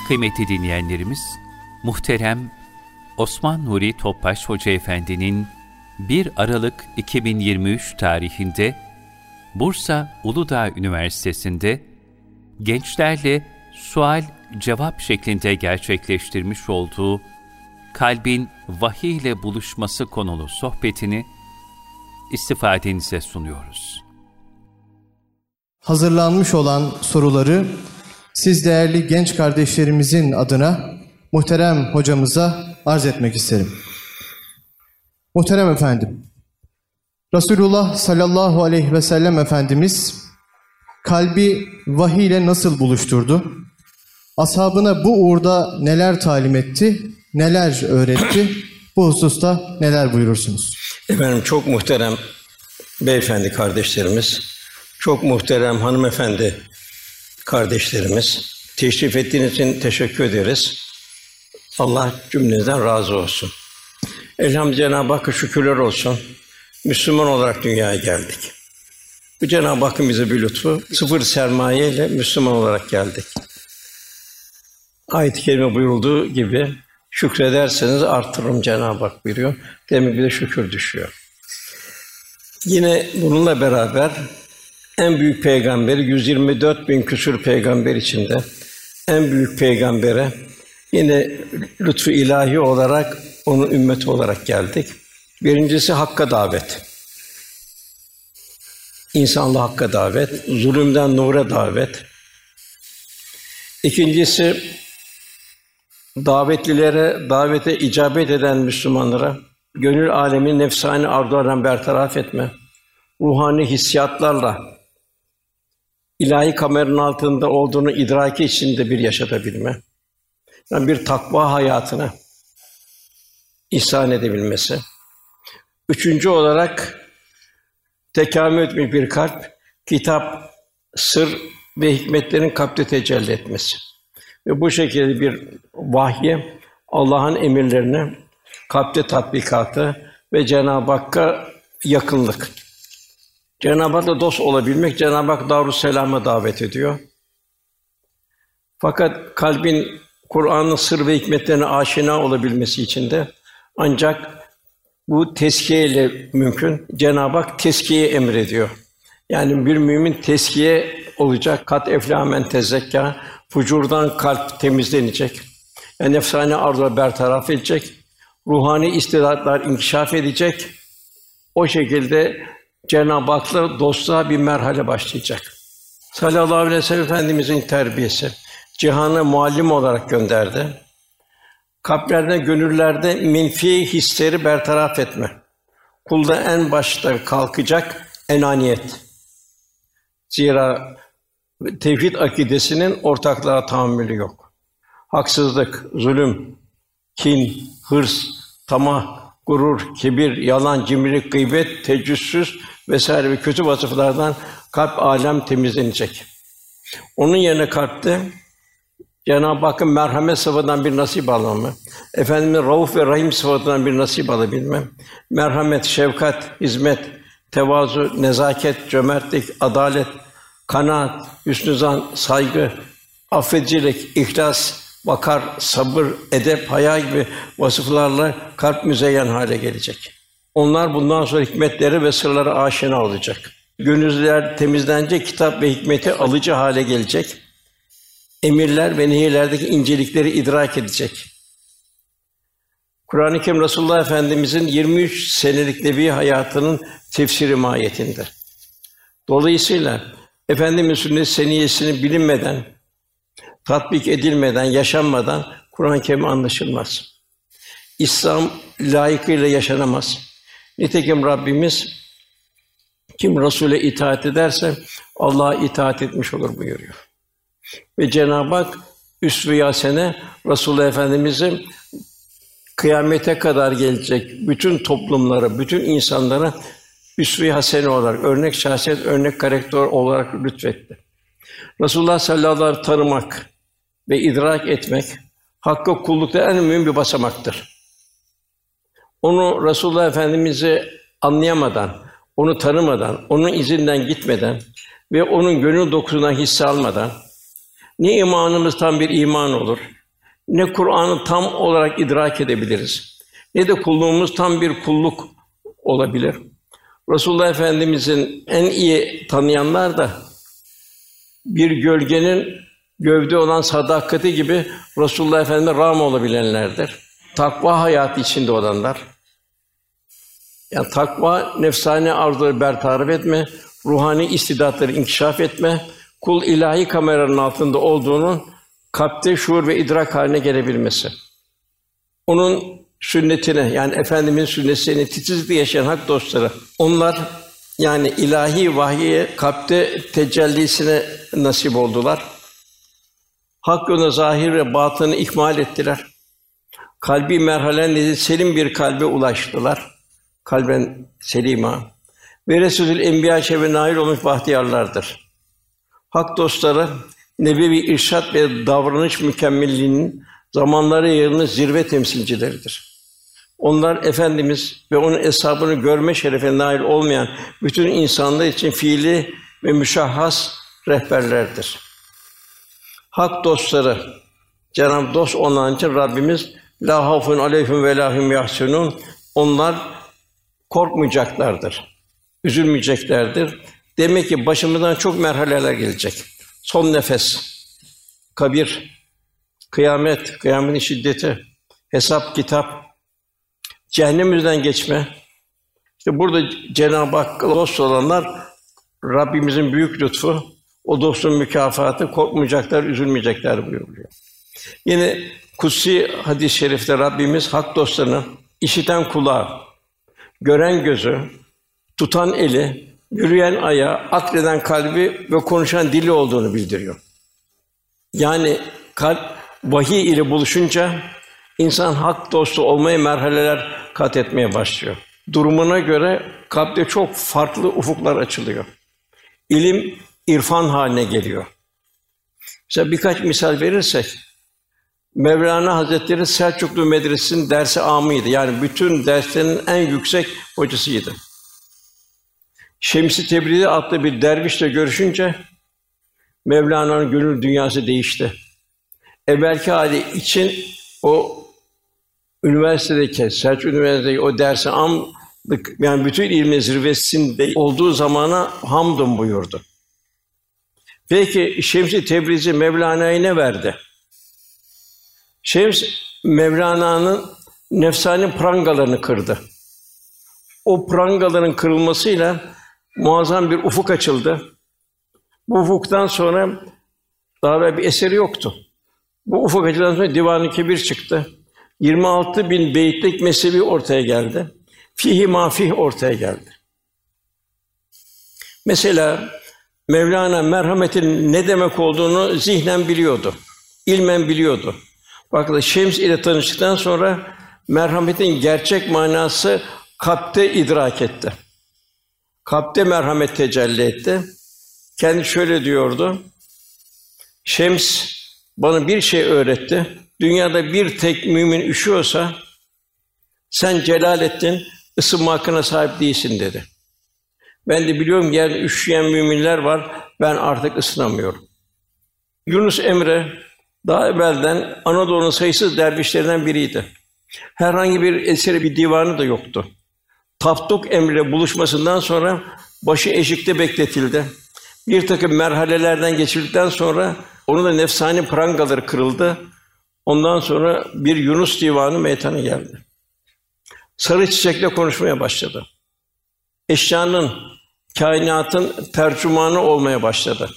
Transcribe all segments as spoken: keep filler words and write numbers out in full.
Kıymetli dinleyenlerimiz, muhterem Osman Nuri Topbaş Hoca Efendi'nin bir Aralık iki bin yirmi üç tarihinde Bursa Uludağ Üniversitesi'nde gençlerle sual-cevap şeklinde gerçekleştirmiş olduğu kalbin vahiy ile buluşması konulu sohbetini istifadenize sunuyoruz. Hazırlanmış olan soruları siz değerli genç kardeşlerimizin adına muhterem hocamıza arz etmek isterim. Muhterem efendim, Resulullah sallallahu aleyhi ve sellem Efendimiz kalbi vahiy ile nasıl buluşturdu? Ashabına bu uğurda neler talim etti, neler öğretti? Bu hususta neler buyurursunuz? Efendim çok muhterem beyefendi kardeşlerimiz, çok muhterem hanımefendi kardeşlerimiz, teşrif ettiğiniz için teşekkür ederiz. Allah cümlenizden razı olsun. Elhamdülillah, Cenab-ı Hakk'a şükürler olsun. Müslüman olarak dünyaya geldik. Bu Cenab-ı Hakk'ın bize bir lütfu. Sıfır sermaye ile Müslüman olarak geldik. Ayet-i kerime buyurulduğu gibi şükrederseniz artırırım Cenab-ı Hak buyuruyor. Demek bir de şükür düşüyor. Yine bununla beraber en büyük peygamberi, yüz yirmi dört bin küsur peygamber içinde en büyük peygambere yine lütfu ilahi olarak onun ümmeti olarak geldik. Birincisi hakka davet. İnsanlığı hakka davet, zulümden nura davet. İkincisi davetlilere, davete icabet eden Müslümanlara gönül âlemini nefsani arzulardan bertaraf etme, ruhani hissiyatlarla ilahi kameranın altında olduğunu idraki içinde bir yaşatabilme, yani bir takva hayatına ihsan edebilmesi. Üçüncü olarak tekamül etmiş bir kalp, kitap, sır ve hikmetlerin kalpte tecelli etmesi. Ve bu şekilde bir vahye, Allah'ın emirlerine kalpte tatbikatı ve Cenab-ı Hakk'a yakınlık. Cenab-ı Hak'la dost olabilmek, Cenab-ı Hak Darüsselam'a davet ediyor. Fakat kalbin Kur'an'ın sır ve hikmetlerine aşina olabilmesi için de ancak bu tezkiye ile mümkün. Cenab-ı Hak tezkiye emrediyor. Yani bir mümin tezkiye olacak. Kat eflâ men tezekkâ. Fucurdan kalp temizlenecek. Yani nefsani arzular bertaraf edecek. Ruhani istidatlar inkişaf edecek. O şekilde Cenab-ı Hak'la dostluğa bir merhale başlayacak. Sallallahu aleyhi ve sellem Efendimizin terbiyesi, cihana muallim olarak gönderdi. Kalplerde, gönüllerde menfi hisleri bertaraf etme. Kulda en başta kalkacak enaniyet. Zira tevhid akidesinin ortaklığa tahammülü yok. Haksızlık, zulüm, kin, hırs, tamah, gurur, kibir, yalan, cimrilik, gıybet, tecessüs vesaire ve kötü vasıflardan kalp alem temizlenecek. Onun yerine kalpte Cenab-ı Hakk'ın merhamet sıfatından bir nasip almamı, Efendimiz'in Rauf ve Rahim sıfatından bir nasip alabilme, merhamet, şefkat, hizmet, tevazu, nezaket, cömertlik, adalet, kanaat, hüsnü zan, saygı, affedicilik, ihlas, vakar, sabır, edep, haya gibi vasıflarla kalp müzeyyen hale gelecek. Onlar bundan sonra hikmetleri ve sırlara aşina olacak. Gönüller temizlenecek, kitap ve hikmeti alıcı hale gelecek. Emirler ve nehiylerdeki incelikleri idrak edecek. Kur'an-ı Kerim Resulullah Efendimizin yirmi üç senelik nebi hayatının tefsiri mahiyetinde. Dolayısıyla Efendimiz sünnet seniyesini bilinmeden, tatbik edilmeden, yaşanmadan Kur'an-ı Kerim anlaşılmaz. İslam layıkıyla yaşanamaz. Nitekim Rabbimiz kim Resul'e itaat ederse Allah'a itaat etmiş olur buyuruyor. Ve Cenab-ı Hak üsve-i hasene Resulullah Efendimiz'in kıyamete kadar gelecek bütün toplumlara, bütün insanlara üsve-i hasene olarak, örnek şahsiyet, örnek karakter olarak lütfetti. Resulullah sallallahu aleyhi ve sellem tanımak ve idrak etmek, Hakk'a kullukta en mühim bir basamaktır. Onu Resulullah Efendimiz'i anlayamadan, onu tanımadan, onun izinden gitmeden ve onun gönül dokusundan hisse almadan, Ne imanımız tam bir iman olur, ne Kur'an'ı tam olarak idrak edebiliriz, ne de kulluğumuz tam bir kulluk olabilir. Resulullah Efendimizin en iyi tanıyanlar da bir gölgenin gövde olan sadakati gibi Resulullah Efendimiz'e rağm olabilenlerdir. Takva hayatı içinde olanlar. Yani takva, nefsani arzuları bertaraf etme, ruhani istidatları inkişaf etme, kul ilahi kameranın altında olduğunun kalpte şuur ve idrak haline gelebilmesi. Onun sünnetine, yani Efendimiz'in sünnetini titizlikle yaşayan hak dostları, onlar yani ilahi vahye kalpte tecellisine nasip oldular. Hak yoluna zahir ve batını ikmal ettiler. Kalbi merhalenin selim bir kalbe ulaştılar. Kalben selima. Ve Resulül Enbiya şerefine nail olmuş bahtiyarlardır. Hak dostları, nebevi irşad ve davranış mükemmelliğinin zamanları yerine zirve temsilcileridir. Onlar Efendimiz ve onun eshabını görme şerefine nail olmayan bütün insanlar için fiili ve müşahhas rehberlerdir. Hak dostları, Cenab-ı dost olan için Rabbimiz la havfun aleyhim ve la hum yahzunun, onlar korkmayacaklardır, üzülmeyeceklerdir. Demek ki başımızdan çok merhaleler gelecek. Son nefes, kabir, kıyamet, kıyametin şiddeti, hesap, kitap, cehennemimizden geçme. İşte burada Cenab-ı Hakk'a dost olanlar, Rabbimizin büyük lütfu, o dostun mükafatı, korkmayacaklar, üzülmeyecekler buyuruyor. Yine kutsi hadis-i şerifte Rabbimiz hak dostlarına işiten kulağı, gören gözü, tutan eli, yürüyen ayağı, akleden kalbi ve konuşan dili olduğunu bildiriyor. Yani kalp vahiy ile buluşunca insan hak dostu olmaya merhaleler kat etmeye başlıyor. Durumuna göre kalpte çok farklı ufuklar açılıyor. İlim irfan haline geliyor. Mesela birkaç misal verirsek, Mevlana Hazretleri Selçuklu Medresesi'nin dersi âmıydı. Yani bütün derslerin en yüksek hocasıydı. Şems-i Tebrizi adlı bir dervişle görüşünce Mevlana'nın gönül dünyası değişti. Evvelki hali için o üniversitedeki, Selçuk Üniversitesi'ndeki o dersi amdık, yani bütün ilmin zirvesinde olduğu zamana hamdum buyurdu. Peki Şems-i Tebrizi Mevlana'ya ne verdi? Şems, Mevlana'nın nefsani prangalarını kırdı. O prangaların kırılmasıyla muazzam bir ufuk açıldı. Bu ufuktan sonra daha böyle bir eseri yoktu. Bu ufuk açıldıktan sonra Divan-ı Kebir çıktı. yirmi altı bin beytlik mesnevi ortaya geldi. Fîh-i mâfih ortaya geldi. Mesela Mevlana merhametin ne demek olduğunu zihnen biliyordu. İlmen biliyordu. Fakat Şems ile tanıştıktan sonra merhametin gerçek manası kalpte idrak etti. Kalpte merhamet tecelli etti. Kendi şöyle diyordu: Şems bana bir şey öğretti. Dünyada bir tek mümin üşüyorsa sen Celaleddin ısınma hakkına sahip değilsin dedi. Ben de biliyorum ki yerde üşüyen müminler var. Ben artık ısınamıyorum. Yunus Emre daha evvelden Anadolu'nun sayısız dervişlerinden biriydi. Herhangi bir eseri, bir divanı da yoktu. Tapduk Emre buluşmasından sonra başı eşikte bekletildi. Bir takım merhalelerden geçirdikten sonra onun da nefsani prangaları kırıldı. Ondan sonra bir Yunus divanı meydana geldi. Sarı çiçekle konuşmaya başladı. Eşyanın, kainatın tercümanı olmaya başladı.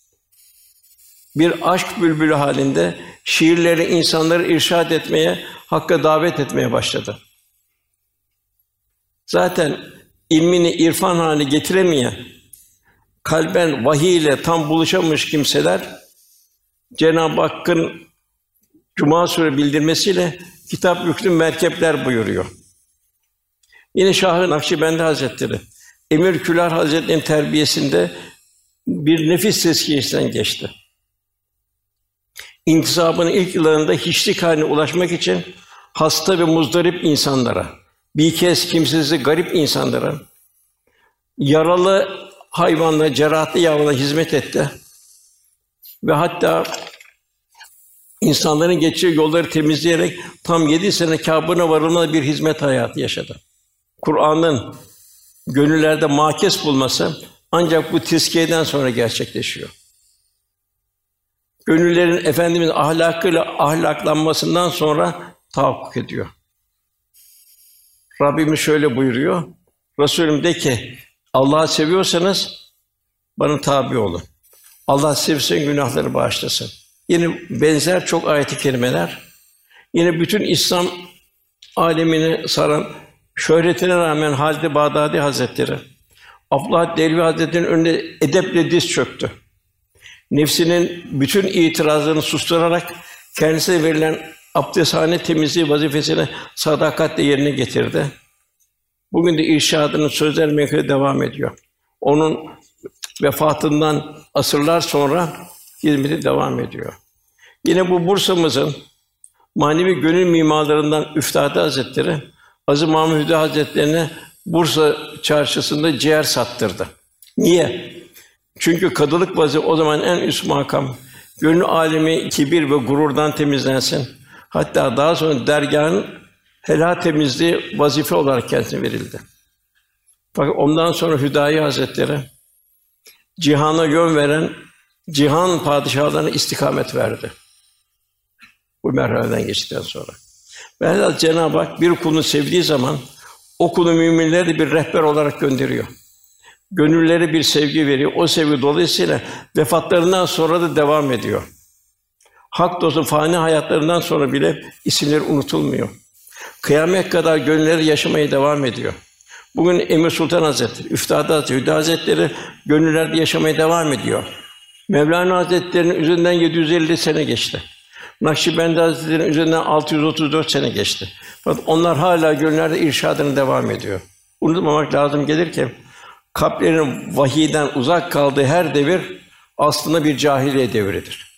Bir aşk bülbülü halinde şiirleri insanları irşad etmeye, hakka davet etmeye başladı. Zaten ilmini irfan haline getiremeyen, kalben vahiy ile tam buluşamamış kimseler, Cenab-ı Hakk'ın Cuma Sûre bildirmesiyle kitap yüklü merkepler buyuruyor. Yine Şah-ı Nakşibendi Hazretleri, Emir Külah Hazretleri'nin terbiyesinde bir nefis tezkiyesinden geçti. İntisabının ilk yıllarında hiçlik haline ulaşmak için hasta ve muzdarip insanlara, bir kez kimsesiz garip insanlara, yaralı hayvanlara, cerahatli yavrulara hizmet etti ve hatta İnsanların geçeceği yolları temizleyerek tam yedi sene Kâbe'ne varılmaz bir hizmet hayatı yaşadı. Kur'an'ın gönüllerde makes bulması ancak bu tezkiyeden sonra gerçekleşiyor. Gönüllerin Efendimiz ahlakıyla ahlaklanmasından sonra tahakkuk ediyor. Rabbimiz şöyle buyuruyor: Resulüm de ki, Allah'ı seviyorsanız bana tabi olun. Allah sevsin, günahları bağışlasın. Yine benzer çok ayet-i kerimeler. Yine bütün İslam alemini saran, şöhretine rağmen Halid-i Bağdadi Hazretleri, Abdullah Dehlevi Hazretleri'nin önünde edeple diz çöktü. Nefsinin bütün itirazlarını susturarak kendisine verilen abdesthane temizliği vazifesini sadakatle yerine getirdi. Bugün de irşadının sözler mekâne devam ediyor. Onun vefatından asırlar sonra hizmeti devam ediyor. Yine bu Bursa'mızın manevi gönül mimarlarından Üftâdi Hazretleri, Aziz Mahmud Hüda Hazretlerine Bursa çarşısında ciğer sattırdı. Niye? Çünkü kadılık vazifesi o zaman en üst makam. Gönül alemi kibir ve gururdan temizlensin. Hatta daha sonra dergâhın helâ temizliği vazife olarak kendisine verildi. Fakat ondan sonra Hüdayi Hazretleri cihana yön veren cihan padişahlarına istikamet verdi. Bu merhaleden geçtikten sonra. Velhâsıl Cenab-ı Hak bir kulunu sevdiği zaman o kulu müminleri bir rehber olarak gönderiyor. Gönüllere bir sevgi veriyor. O sevgi dolayısıyla vefatlarından sonra da devam ediyor. Hak dostu fani hayatlarından sonra bile isimleri unutulmuyor. Kıyamet kadar gönülleri yaşamaya devam ediyor. Bugün Emir Sultan Hazretleri, Üftâdi Hazretleri, Hüda Hazretleri gönüllerde yaşamaya devam ediyor. Mevlana Hazretleri'nin üzerinden yedi yüz elli sene geçti. Nakşibendi Hazretleri'nin üzerinden altı yüz otuz dört sene geçti. Fakat onlar hala gönüllerde irşadına devam ediyor. Unutmamak lazım gelir ki kalplerin vahiyden uzak kaldığı her devir aslında bir cahiliye devridir.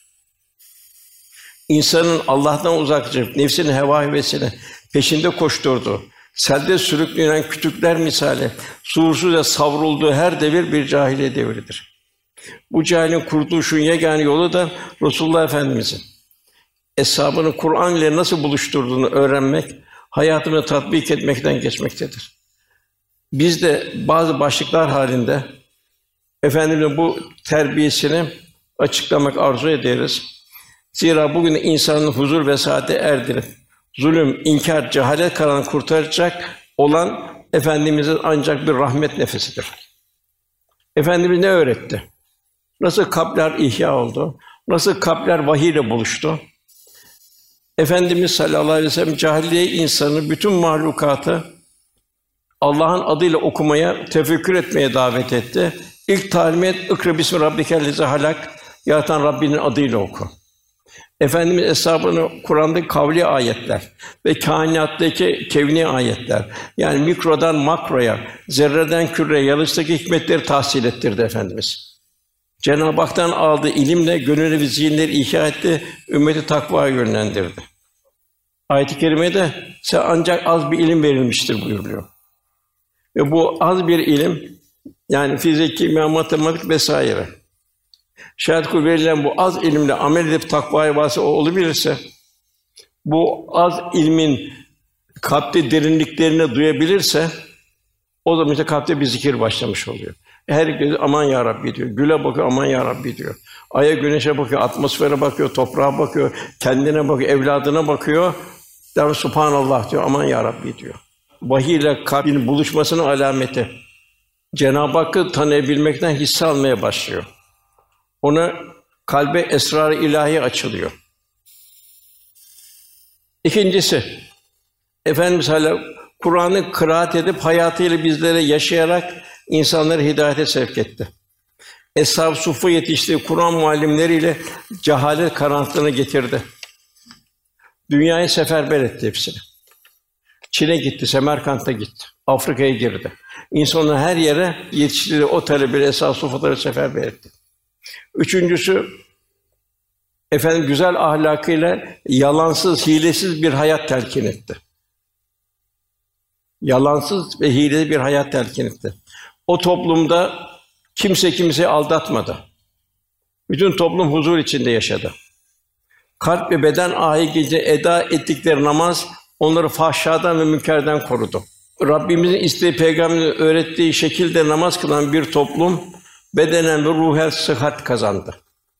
İnsanın Allah'tan uzaklaşıp nefsinin heva hevesini peşinde koşturduğu, selde sürüklenen kütükler misali suursuzca savrulduğu her devir bir cahiliye devridir. Bu cahilin kurtuluşun yegâne yolu da Resulullah Efendimiz'in eshâbını Kur'an ile nasıl buluşturduğunu öğrenmek, hayatını tatbik etmekten geçmektedir. Biz de bazı başlıklar halinde Efendimiz'in bu terbiyesini açıklamak arzu ederiz. Zira bugün insanın huzur ve saadete erdirip zulüm, inkar, cehalet karanlığını kurtaracak olan Efendimiz'in ancak bir rahmet nefesidir. Efendimiz ne öğretti? Nasıl kalpler ihya oldu? Nasıl kalpler vahiy ile buluştu? Efendimiz sallallahu aleyhi ve sellem cahiliye insanı, bütün mahlukatı Allah'ın adıyla okumaya, tefekkür etmeye davet etti. İlk talimat "İkra bismi rabbikellezî halak", yaratan Rabbinin adıyla oku. Efendimiz eshâbını Kur'an'daki kavli ayetler ve kainattaki kevni ayetler, yani mikrodan makroya, zerreden küreye, yaratılıştaki hikmetleri tahsil ettirdi Efendimiz. Cenab-ı Hak'tan aldığı ilimle gönül ve zihinleri ihya etti, ümmeti takvaya yönlendirdi. Ayet-i kerimede "Size ancak az bir ilim verilmiştir" buyuruluyor. Ve bu az bir ilim, yani fizik, kimya, matematik vesaire. Şayet kul verilen bu az ilimle amel edip takvaya vasıl olabilirse, bu az ilmin kalpte derinliklerini duyabilirse, o zaman işte kalpte bir zikir başlamış oluyor. Her göz aman ya Rabbi diyor, güle bakıyor aman ya Rabbi diyor. Aya, güneşe bakıyor, atmosfere bakıyor, toprağa bakıyor, kendine bakıyor, evladına bakıyor. Der Subhanallah diyor, aman ya Rabbi diyor. Vahiy ile kalbin buluşmasının alameti. Cenab-ı Hakk'ı tanıyabilmekten hisse almaya başlıyor. Ona kalbe esrar-ı ilahi açılıyor. İkincisi, Efendimiz hala Kur'an'ı kıraat edip hayatıyla bizlere yaşayarak insanları hidayete sevk etti. Eshab-ı Suff'a yetiştiği Kur'an muallimleriyle cehalet karanlığını getirdi. Dünyayı seferber etti hepsini. Çin'e gitti, Semerkant'a gitti, Afrika'ya girdi. İnsanlar her yere yetiştirdiği o talebeleri Eshab-ı Suffa'ları seferber etti. Üçüncüsü, efendim güzel ahlakıyla yalansız, hilesiz bir hayat telkin etti. Yalansız ve hileli bir hayat telkin etti. O toplumda kimse kimseyi aldatmadı. Bütün toplum huzur içinde yaşadı. Kalp ve beden ahi gece eda ettikleri namaz onları fahşadan ve münkerden korudu. Rabbimizin istediği, Peygamberimizin öğrettiği şekilde namaz kılan bir toplum bedenen ve ruhen sıhhat kazandı.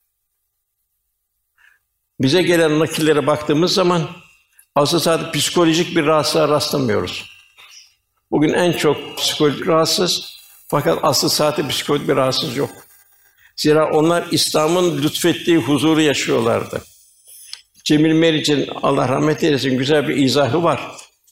Bize gelen nakillere baktığımız zaman aslında sadece psikolojik bir rahatsızlığa rastlamıyoruz. Bugün en çok psikolojik rahatsız, fakat aslı saatte psikolojik bir rahatsız yok. Zira onlar İslam'ın lütfettiği huzuru yaşıyorlardı. Cemil Meriç'in, Allah rahmet eylesin, güzel bir izahı var.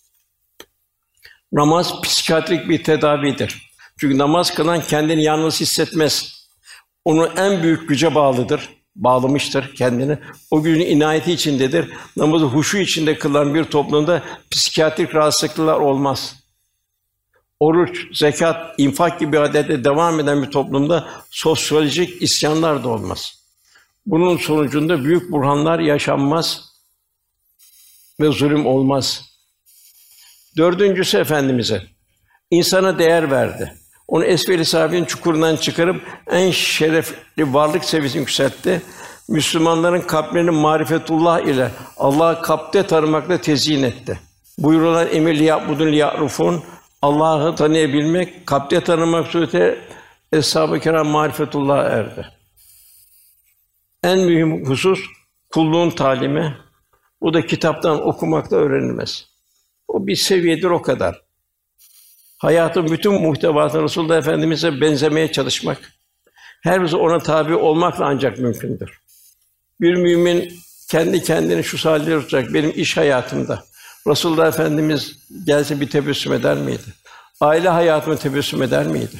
Namaz psikiyatrik bir tedavidir. Çünkü namaz kılan kendini yalnız hissetmez. Onu en büyük güce bağlıdır, bağlamıştır kendini. O gücün inayeti içindedir. Namazı huşu içinde kılan bir toplumda psikiyatrik rahatsızlıklar olmaz. Oruç, zekat, infak gibi adette devam eden bir toplumda sosyolojik isyanlar da olmaz. Bunun sonucunda büyük burhanlar yaşanmaz ve zulüm olmaz. Dördüncüsü Efendimiz'e insana değer verdi. Onu esfel-i safilin çukurundan çıkarıp en şerefli varlık seviyesine yükseltti. Müslümanların kalplerini marifetullah ile Allah'ı kalpte tanımakla tezyin etti. Buyurulan emir liya'budun liya'rufun, Allah'ı tanıyabilmek, kalpte tanımak suretiyle Eshab-ı Kiram marifetullah'a erdi. En mühim husus kulluğun talimi. Bu da kitaptan okumakla öğrenilmez. O bir seviyedir, o kadar. Hayatın bütün muhtevasını Resulullah Efendimiz'e benzemeye çalışmak, her birisi ona tabi olmakla ancak mümkündür. Bir mümin kendi kendini şu halde tutacak. Benim iş hayatımda Resulullah Efendimiz gelse bir tebessüm eder miydi? Aile hayatımı tebessüm eder miydi?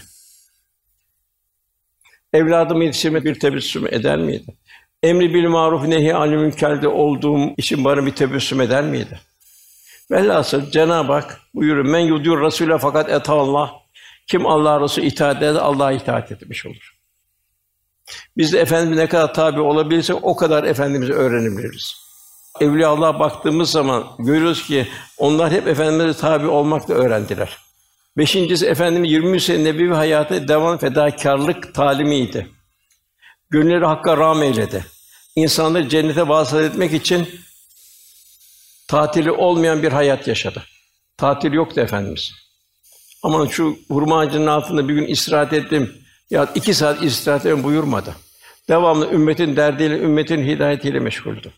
Evladımı yetiştirme bir tebessüm eder miydi? Emri bil maruf nehy anil münkerde olduğum için bana bir tebessüm eder miydi? Velhasıl Cenab-ı Hak buyuruyor: "Men yudiur Rasûle fakat etâllâh." Kim Allah'a Resulü itaat eder, Allah'a itaat etmiş olur. Biz de Efendimize ne kadar tabi olabilirsek o kadar Efendimiz'i öğrenebiliriz. Evliyaullah'a baktığımız zaman görüyoruz ki onlar hep Efendimiz'e tabi olmakla öğrendiler. Beşincisi Efendimiz yirmi üç sene nebevi hayatı devam fedakârlık talimiydi. Gönülleri Hakk'a rağm eyledi. İnsanları cennete vasıl etmek için tatili olmayan bir hayat yaşadı. Tatil yoktu Efendimiz. Aman şu hurma ağacının altında bir gün istirahat ettim, ya iki saat istirahat edin buyurmadı. Devamlı ümmetin derdiyle, ümmetin hidayetiyle meşguldü.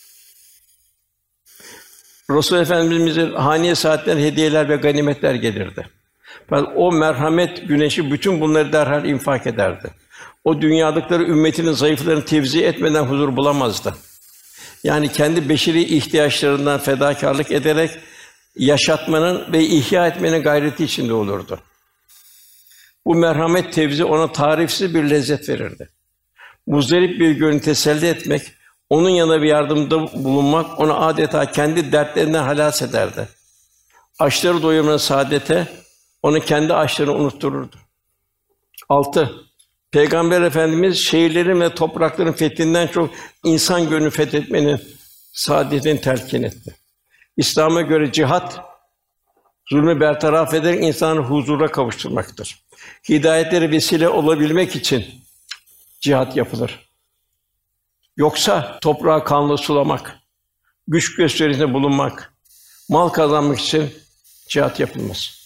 Resul Efendimiz'in haniye saatlerine hediyeler ve ganimetler gelirdi. Fakat o merhamet güneşi bütün bunları derhal infak ederdi. O dünyalıkları ümmetinin zayıflarını tevzi etmeden huzur bulamazdı. Yani kendi beşeri ihtiyaçlarından fedakârlık ederek yaşatmanın ve ihya etmenin gayreti içinde olurdu. Bu merhamet tevzi ona tarifsiz bir lezzet verirdi. Muzdarip bir gönlü teselli etmek, onun yanına bir yardımda bulunmak onu adeta kendi dertlerinden halas ederdi. Açları doyurmanın saadete onu kendi açlarını unuttururdu. Altı. Peygamber Efendimiz şehirlerin ve toprakların fethinden çok insan gönlünü fethetmenin saadetini telkin etti. İslam'a göre cihat zulmü bertaraf ederek insanı huzura kavuşturmaktır. Hidayetlere vesile olabilmek için cihat yapılır. Yoksa toprağı kanla sulamak, güç gösterisinde bulunmak, mal kazanmak için cihat yapılmaz.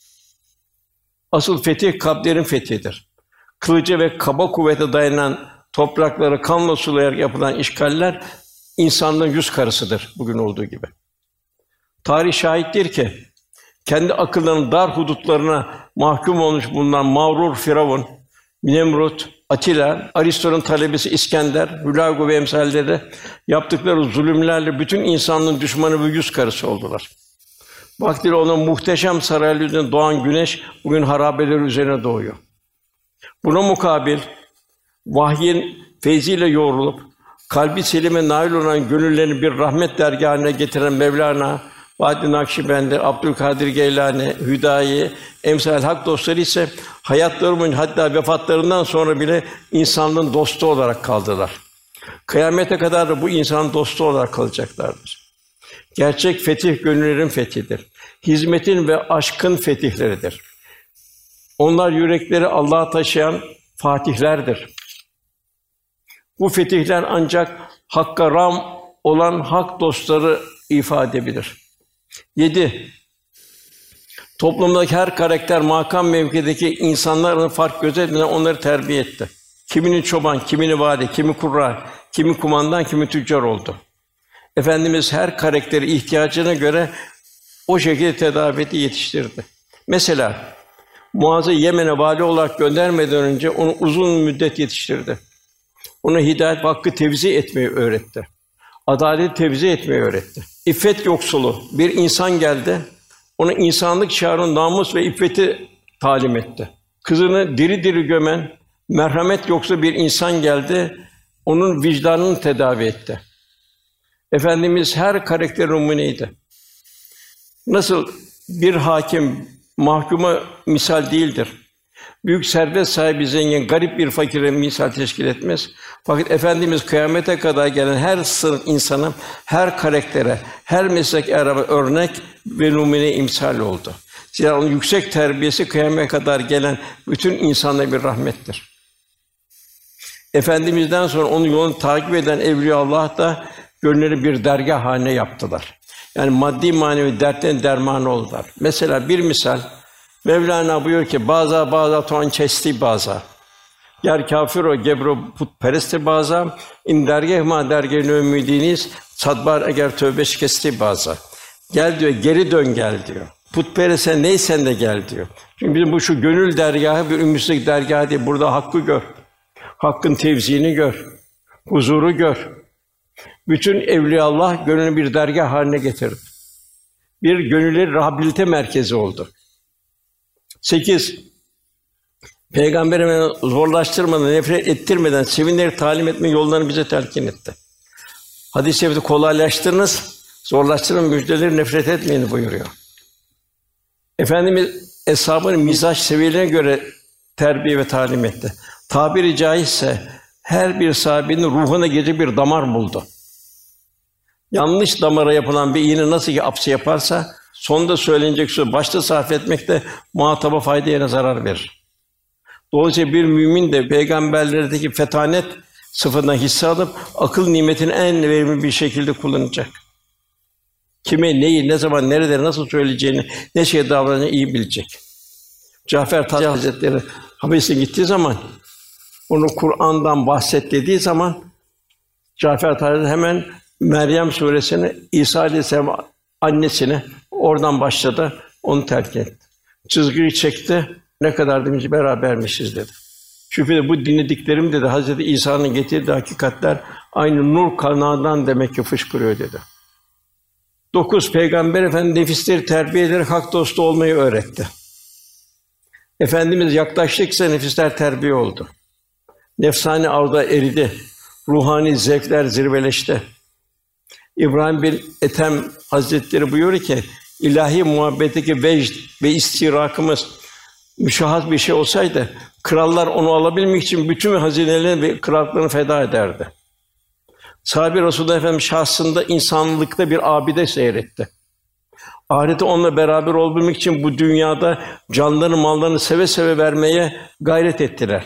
Asıl fetih kalplerin fethidir. Kılıca ve kaba kuvvete dayanan toprakları kanla sulayarak yapılan işgaller insanlığın yüz karasıdır bugün olduğu gibi. Tarih şahittir ki kendi akıllarının dar hudutlarına mahkum olmuş bulunan mağrur Firavun, Nemrut, Atilla, Aristo'nun talebesi İskender, Hülagu ve emsalleri yaptıkları zulümlerle bütün insanlığın düşmanı ve yüz karası oldular. Vaktiyle onun muhteşem sarayları üzerine doğan güneş bugün harabeleri üzerine doğuyor. Buna mukabil vahyin feyziyle yoğrulup kalbi selime nail olan gönüllerini bir rahmet dergâhına getiren Mevlana, Bahattin Nakşibendi, Abdülkadir Geylani, Hüdayi, emsal hak dostları ise hayatları boyunca hatta vefatlarından sonra bile insanlığın dostu olarak kaldılar. Kıyamete kadar da bu insanın dostu olarak kalacaklardır. Gerçek fetih gönüllerin fethidir. Hizmetin ve aşkın fetihleridir. Onlar yürekleri Allah'a taşıyan fatihlerdir. Bu fetihler ancak Hakk'a rağm olan hak dostları ifade edebilir. Yedi. Toplumdaki her karakter, makam, mevkideki insanların fark gözetmeden onları terbiye etti. Kimini çoban, kimini vali, kimi kurra, kimi kumandan, kimi tüccar oldu. Efendimiz her karakteri ihtiyacına göre o şekilde tedavi etti, yetiştirdi. Mesela Muaz'ı Yemen'e vali olarak göndermeden önce onu uzun müddet yetiştirdi. Ona hidayet ve hakkı tevzi etmeyi öğretti. Adaleti tevzi etmeyi öğretti. İffet yoksulu bir insan geldi, ona insanlık şiarının namus ve iffeti talim etti. Kızını diri diri gömen, merhamet yoksulu bir insan geldi, onun vicdanını tedavi etti. Efendimiz her karakter numuneydi. Nasıl bir hakim mahkuma misal değildir. Büyük servet sahibi zengin, garip bir fakire misal teşkil etmez. Fakat Efendimiz kıyamete kadar gelen her sınıf insana, her karaktere, her meslek erbabı örnek ve numune imsal oldu. Zira onun yüksek terbiyesi kıyamete kadar gelen bütün insanlara bir rahmettir. Efendimiz'den sonra onun yolunu takip eden Evliyaullah da gönülleri bir dergâh haline yaptılar. Yani maddi manevi dertlerin dermanı oldular. Mesela bir misal, Mevlana buyuruyor ki, "Baza baza tuan kesti baza. Ger kafir o gebro putperesti baza. İn dergâh ma dergâh ümidiniz. Sadbar eğer tövbe kesti baza." Gel diyor, geri dön gel diyor. Putperest sen neysen de gel diyor. Çünkü bizim bu şu gönül dergâhı bir ümitsizlik dergâhı değil. Burada hakkı gör. Hakkın tevzini gör. Huzuru gör. Bütün Evliyaullah gönlünü bir dergâh haline getirdi. Bir gönülleri rehabilite merkezi oldu. Sekiz. Peygamberimiz zorlaştırmadan, nefret ettirmeden sevinleri talim etme yollarını bize telkin etti. Hadis-i şerifte kolaylaştırınız, zorlaştırın, müjdeleri nefret etmeyin buyuruyor. Efendimiz eshabının mizaj seviyelerine göre terbiye ve talim etti. Tabiri caizse her bir sahabenin ruhuna girecek bir damar buldu. Yanlış damara yapılan bir iğne nasıl ki apse yaparsa, sonunda söylenecek söz başta sarf etmekte muhataba fayda yerine zarar verir. Dolayısıyla bir mümin de peygamberlerdeki fetanet sıfatından hisse alıp akıl nimetini en verimli bir şekilde kullanacak. Kime, neyi, ne zaman, nerede, nasıl söyleyeceğini, ne şeye davranacağını iyi bilecek. Cafer Taci Hazretleri Habeşistan'a gittiği zaman, onu Kur'an'dan bahset dediği zaman, Cafer Taci hemen Meryem suresini İsa Aleyhisselam annesine oradan başladı, onu terk etti. Çizgiyi çekti, ne kadar demiş berabermişiz dedi. Şüphesiz bu dinlediklerim dedi, Hazreti İsa'nın getirdiği hakikatler aynı nur kanağından demek ki fışkırıyor dedi. Dokuz, Peygamber Efendimiz nefisleri terbiye ederek hak dostu olmayı öğretti. Efendimiz yaklaştıkça nefisler terbiye oldu. Nefsani arzular eridi, ruhani zevkler zirveleşti. İbrahim bin Ethem Hazretleri buyuruyor ki, ilahi muhabbetteki vecd ve istirakımız müşahhas bir şey olsaydı, krallar onu alabilmek için bütün hazinelerini ve krallıklarını feda ederdi. Sahabe Resulullah Efendimiz şahsında insanlıkta bir abide seyretti. Ahirete onunla beraber olabilmek için bu dünyada canlarını, mallarını seve seve vermeye gayret ettiler.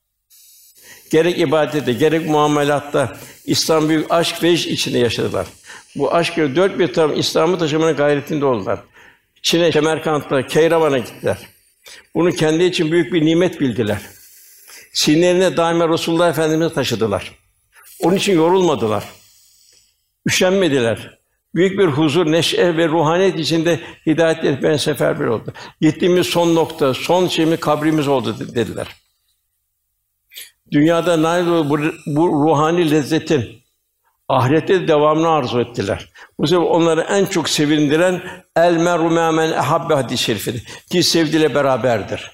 Gerek ibadette, gerek muamelatta İslam büyük aşk ve vecd içinde yaşadılar. Bu aşk ve dört bir taraf İslam'ı taşımanın gayretinde oldular. Çin'e, Semerkant'a, Keyravan'a gittiler. Bunu kendi için büyük bir nimet bildiler. Sinirlerine daima Resulullah Efendimiz'i taşıdılar. Onun için yorulmadılar. Üşenmediler. Büyük bir huzur, neşe ve ruhaniyet içinde hidayet etmeye seferber oldu. Gittiğimiz son nokta, son şeyimiz kabrimiz oldu dediler. Dünyada nail bu, bu ruhani lezzetin ahirette devamını arzu ettiler. Bu sebeple onları en çok sevindiren el meru men ehabbe hadis-i şerifidir ki sevdiğiyle beraberdir.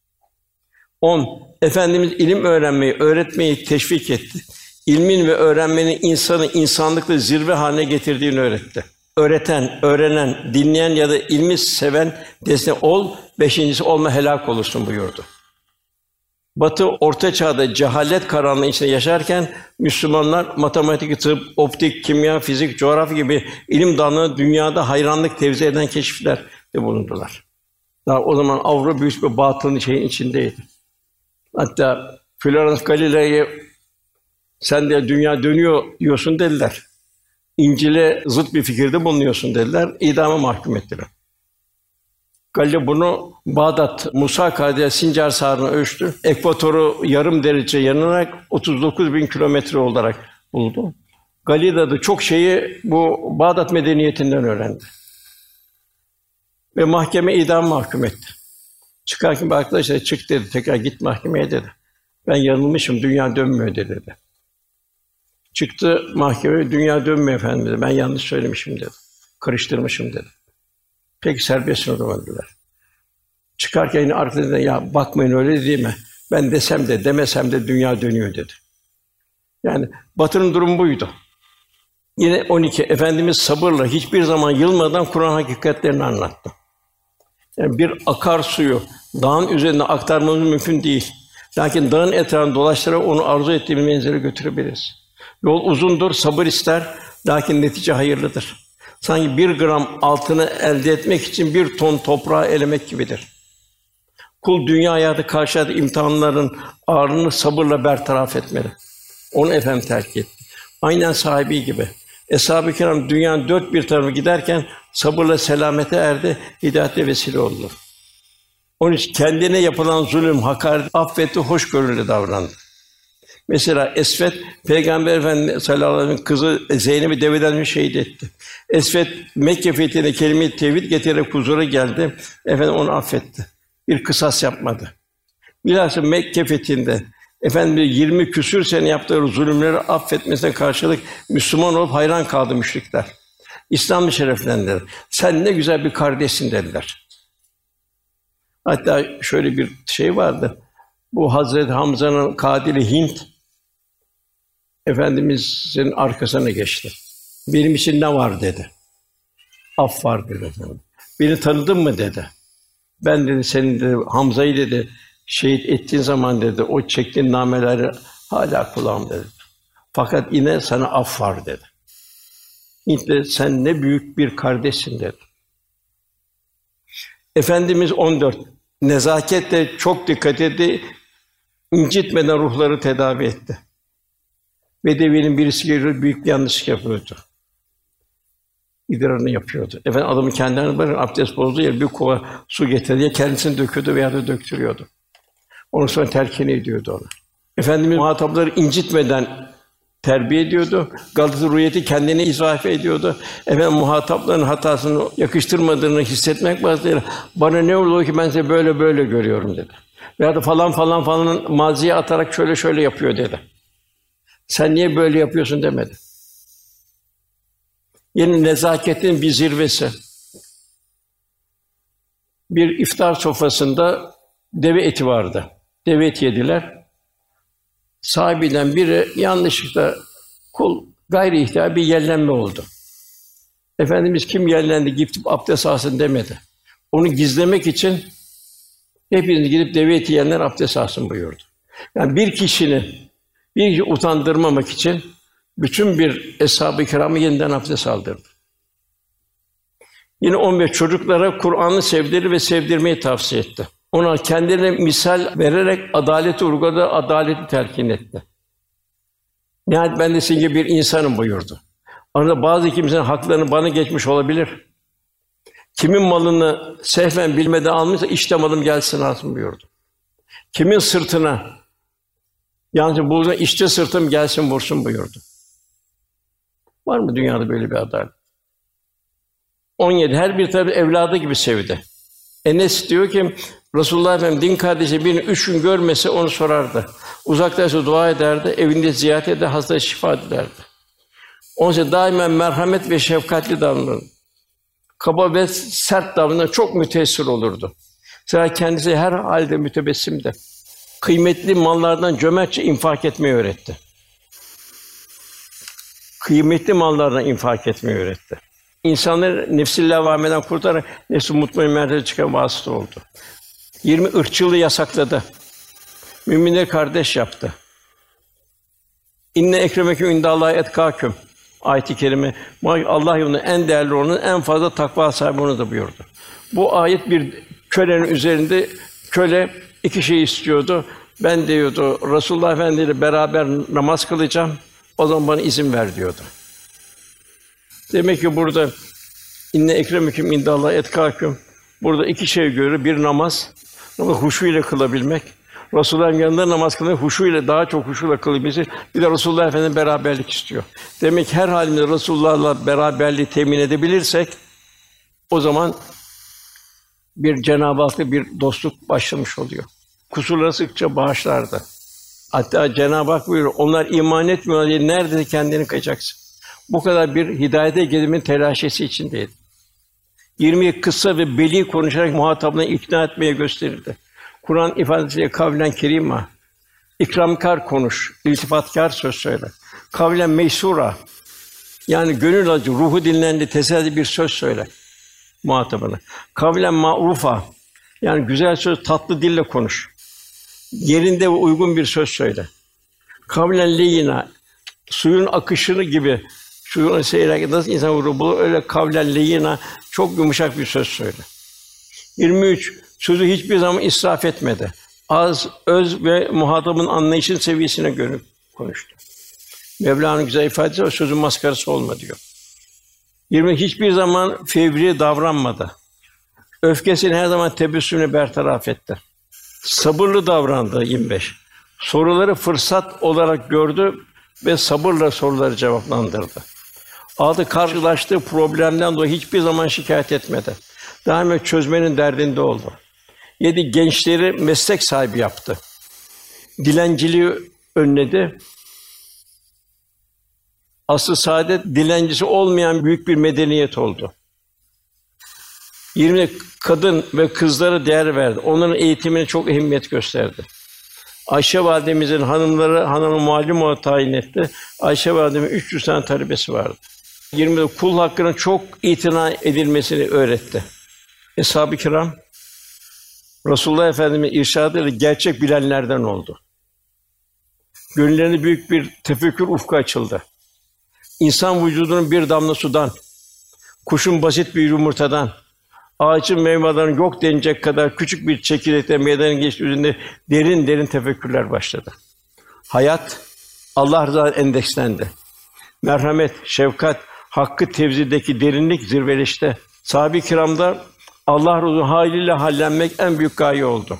On. Efendimiz ilim öğrenmeyi, öğretmeyi teşvik etti. İlmin ve öğrenmenin insanı insanlıkla zirve haline getirdiğini öğretti. Öğreten, öğrenen, dinleyen ya da ilmi seven destek ol, beşincisi olma helak olursun buyurdu. Batı Orta Çağ'da cehalet karanlığı içinde yaşarken Müslümanlar matematik, tıp, optik, kimya, fizik, coğrafya gibi ilim dallarına dünyada hayranlık tevzi eden keşifler de bulundular. Daha o zaman Avrupa büyük bir batılın şeyin içindeydi. Hatta Florence Galilei'ye sen de dünya dönüyor diyorsun dediler. İncil'e zıt bir fikirde bulunuyorsun dediler, idama mahkum ettiler. Galileo bunu Bağdat, Musa Kadya Sincar Sağrı'na ölçtü. Ekvatoru yarım derece yanınarak otuz dokuz bin kilometre olarak buldu. Galileo da çok şeyi bu Bağdat medeniyetinden öğrendi. Ve mahkeme idam mahkum etti. Çıkarken bir arkadaşlar çık dedi, tekrar git mahkemeye dedi. Ben yanılmışım, dünya dönmüyor dedi. Çıktı mahkeme, dünya dönmüyor efendim dedi. Ben yanlış söylemişim dedi. Karıştırmışım dedi. Peki serbestsin o zaman dediler. Çıkarken yine arkadaşlar ya bakmayın öyle değil mi? Ben desem de demesem de dünya dönüyor dedi. Yani Batı'nın durumu buydu. Yine on iki Efendimiz sabırla hiçbir zaman yılmadan Kur'an hakikatlerini anlattı. Yani bir akarsuyu dağın üzerine aktarmamız mümkün değil. Lakin dağın etrafını dolaştırarak onu arzu ettiğimiz menzile götürebiliriz. Yol uzundur, sabır ister, lakin netice hayırlıdır. Sanki bir gram altını elde etmek için bir ton toprağı elemek gibidir. Kul dünya hayatı karşıladığı imtihanların ağırlığını sabırla bertaraf etmeli. Onu efendim terk etti. Aynen sahibi gibi. Eshab-ı Kiram dünyanın dört bir tarafı giderken sabırla selamete erdi, hidayete vesile oldu. Onun için kendine yapılan zulüm, hakaret affetti, hoşgörülü davrandı. Mesela Esved, Peygamber Efendimiz sallallahu aleyhi ve sellem kızı Zeynep'i deveden şehit etti. Esved Mekke fethine kelime-i tevhid getirerek huzura geldi. Efendim onu affetti. Bir kısas yapmadı. Bilhassa Mekke fethinde Efendimiz yirmi küsur sene yaptığı zulümleri affetmesine karşılık Müslüman olup hayran kaldı müşrikler. İslam'ı şereflendirdiler. Sen ne güzel bir kardeşsin dediler. Hatta şöyle bir şey vardı. Bu Hazreti Hamza'nın katili Hint Efendimiz'in arkasına geçti. Benim için ne var dedi. Af var dedi efendim. Beni tanıdın mı dedi. Ben dedi senin dedi Hamza'yı dedi şehit ettiğin zaman dedi o çektiğin nameleri hala kulağımda dedi. Fakat yine sana af var dedi. Hint de sen ne büyük bir kardeşsin dedi. Efendimiz on dört nezaketle çok dikkat etti. İncitmeden ruhları tedavi etti. Bedevinin birisi geliyor, büyük bir yanlışlık yapıyordu. İdrarını yapıyordu. Efendim adamın kendilerine bırakın, abdest bozduğu yer bir kova su getirdi, ya kendisini döküyordu veya da döktürüyordu. Ondan sonra telkin ediyordu ona. Efendimiz muhatapları incitmeden terbiye ediyordu. Galata ruhiyeti kendine izafe ediyordu. Efendim muhatapların hatasını yakıştırmadığını hissetmek bazıyla bana ne oluyor ki ben size böyle böyle görüyorum dedi. Veya da falan falan falan maziye atarak şöyle şöyle yapıyor dedi. Sen niye böyle yapıyorsun demedi. Yine nezaketin bir zirvesi. Bir iftar sofrasında deve eti vardı. Deve eti yediler. Sahibinden biri yanlışlıkla kul gayri ihtiyar bir yellenme oldu. Efendimiz kim yellendi gidip abdest alsın demedi. Onu gizlemek için hepiniz gidip deve eti yiyenler abdest alsın buyurdu. Yani bir kişinin bir kişi utandırmamak için bütün bir eshab-ı kiramı yeniden abdest aldırdı. Yine on beş çocuklara Kur'an'ı sevdirir ve sevdirmeyi tavsiye etti. Ona kendilerine misal vererek adaleti uyguladı, adaleti telkin etti. Nihayet ben de sizin gibi bir insanım buyurdu. Arada bazı kimsenin haklarını bana geçmiş olabilir. Kimin malını sehven bilmeden almışsa işte malım gelsin alsın buyurdu. Kimin sırtına yalnız bulduğunda işte sırtım gelsin vursun buyurdu. Var mı dünyada böyle bir adalet? on yedi her bir tabi evladı gibi sevdi. Enes diyor ki Resulullah Efendimiz din kardeşi birini üç gün görmese onu sorardı. Uzaktaysa dua ederdi, evinde ziyaret eder, hastaya şifa ederdi. Onun için daima merhamet ve şefkatli davranırdı. Kaba ve sert davranan çok müteessir olurdu. Sonra kendisi her halde mütebessimdi. Kıymetli mallardan cömertçe infak etmeyi öğretti. Kıymetli mallardan infak etmeyi öğretti. İnsanları nefs-i levvameden kurtararak nefs-i mutmain mertebesine çıkan vasıta oldu. yirmi ırkçılığı yasakladı. Müminleri kardeş yaptı. İnne ekremeküm indallahi etkâküm. Ayet-i kerime Allah yolunda en değerli olanın en fazla takva sahibi onu da buyurdu. Bu ayet bir kölenin üzerinde köle iki şey istiyordu. Ben diyordu Resulullah Efendimiz ile beraber namaz kılacağım. O zaman bana izin ver diyordu. Demek ki burada inne ekremüküm indallah etkâküm. Burada iki şey görüyor. Bir namaz, namaz huşu ile kılabilmek. Resulullah'ın yanında namaz kılmak, huşu ile daha çok huşuyla kılabilmesi. Bir de Resulullah Efendimiz beraberlik istiyor. Demek ki her halimizde Resulullah'la beraberliği temin edebilirsek, o zaman bir Cenab-ı Hak'la bir dostluk başlamış oluyor. Kusurları sıkça bağışlardı. Hatta Cenab-ı Hak buyuruyor, onlar iman etmiyorlar diye neredeyse kendini kıyacaksın. Bu kadar bir hidayete gelmenin telaşesi içindeydi. yirmi kıssa ve beli konuşarak muhatabını ikna etmeye gösterirdi. Kur'an ifadesiyle kavlen kerîmâ, ikramkar konuş, iltifatkar söz söyle. Kavlen meysûrâ, yani gönül acı, ruhu dinlendi, teselli bir söz söyle muhatabına. Kavlen ma'rûfâ, yani güzel söz, tatlı dille konuş. Yerinde ve uygun bir söz söyle. Kavlen leyyinâ, suyun akışını gibi, suyun seyrek nasıl insan ruhu bulur, öyle kavlen leyyinâ, çok yumuşak bir söz söyle. yirmi üç Sözü hiçbir zaman israf etmedi. Az, öz ve muhatabın anlayışın seviyesine göre konuştu. Mevla'nın güzel ifadesi var, sözün maskarası olma diyor. yirmi Hiçbir zaman fevri davranmadı. Öfkesini her zaman tebessümle bertaraf etti. Sabırlı davrandı. yirmi beş Soruları fırsat olarak gördü ve sabırla soruları cevaplandırdı. Aldı karşılaştığı problemden dolayı hiçbir zaman şikayet etmedi. Daima çözmenin derdinde oldu. Yedi Gençleri meslek sahibi yaptı. Dilenciliği önledi. Asıl saadet dilencisi olmayan büyük bir medeniyet oldu. yirmi Kadın ve kızlara değer verdi. Onların eğitimine çok ehemmiyet gösterdi. Ayşe validemizin hanımları hanımı muallim olarak tayin etti. Ayşe validemizin üç yüz tane talebesi vardı. yirmi Kul hakkının çok itina edilmesini öğretti. Eshab-ı kiram Resulullah Efendimiz'in irşadıyla gerçek bilenlerden oldu. Gönüllerinde büyük bir tefekkür ufku açıldı. İnsan vücudunun bir damla sudan, kuşun basit bir yumurtadan, ağacın meyvelerinin yok denilecek kadar küçük bir çekirdekten meydana geçtiği üzerinde derin derin tefekkürler başladı. Hayat Allah rızasına endekslendi. Merhamet, şefkat, hakkı tevzideki derinlik zirveleşti. Sahabe-i kiramda Allah rızasına haliyle hallenmek en büyük gaye oldu.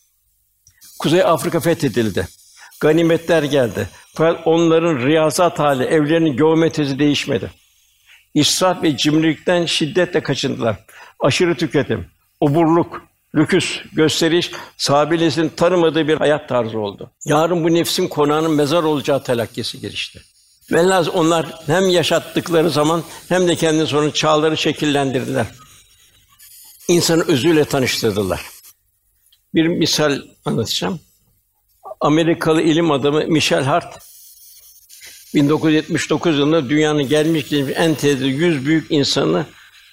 Kuzey Afrika fethedildi. Ganimetler geldi. Fakat onların riyazat hali, evlerinin geometrisi değişmedi. İsraf ve cimrilikten şiddetle kaçındılar. Aşırı tüketim, oburluk, lüküs, gösteriş, sahabelerin tanımadığı bir hayat tarzı oldu. Yarın bu nefsin konağının mezar olacağı telakkisi gelişti. Velhâsıl onlar hem yaşattıkları zaman hem de kendi sonra çağları şekillendirdiler. İnsanı özüyle tanıştırdılar. Bir misal anlatacağım. Amerikalı ilim adamı Michel Hart, bin dokuz yüz yetmiş dokuz yılında dünyanın gelmiş geçmiş en tezli yüz büyük insanı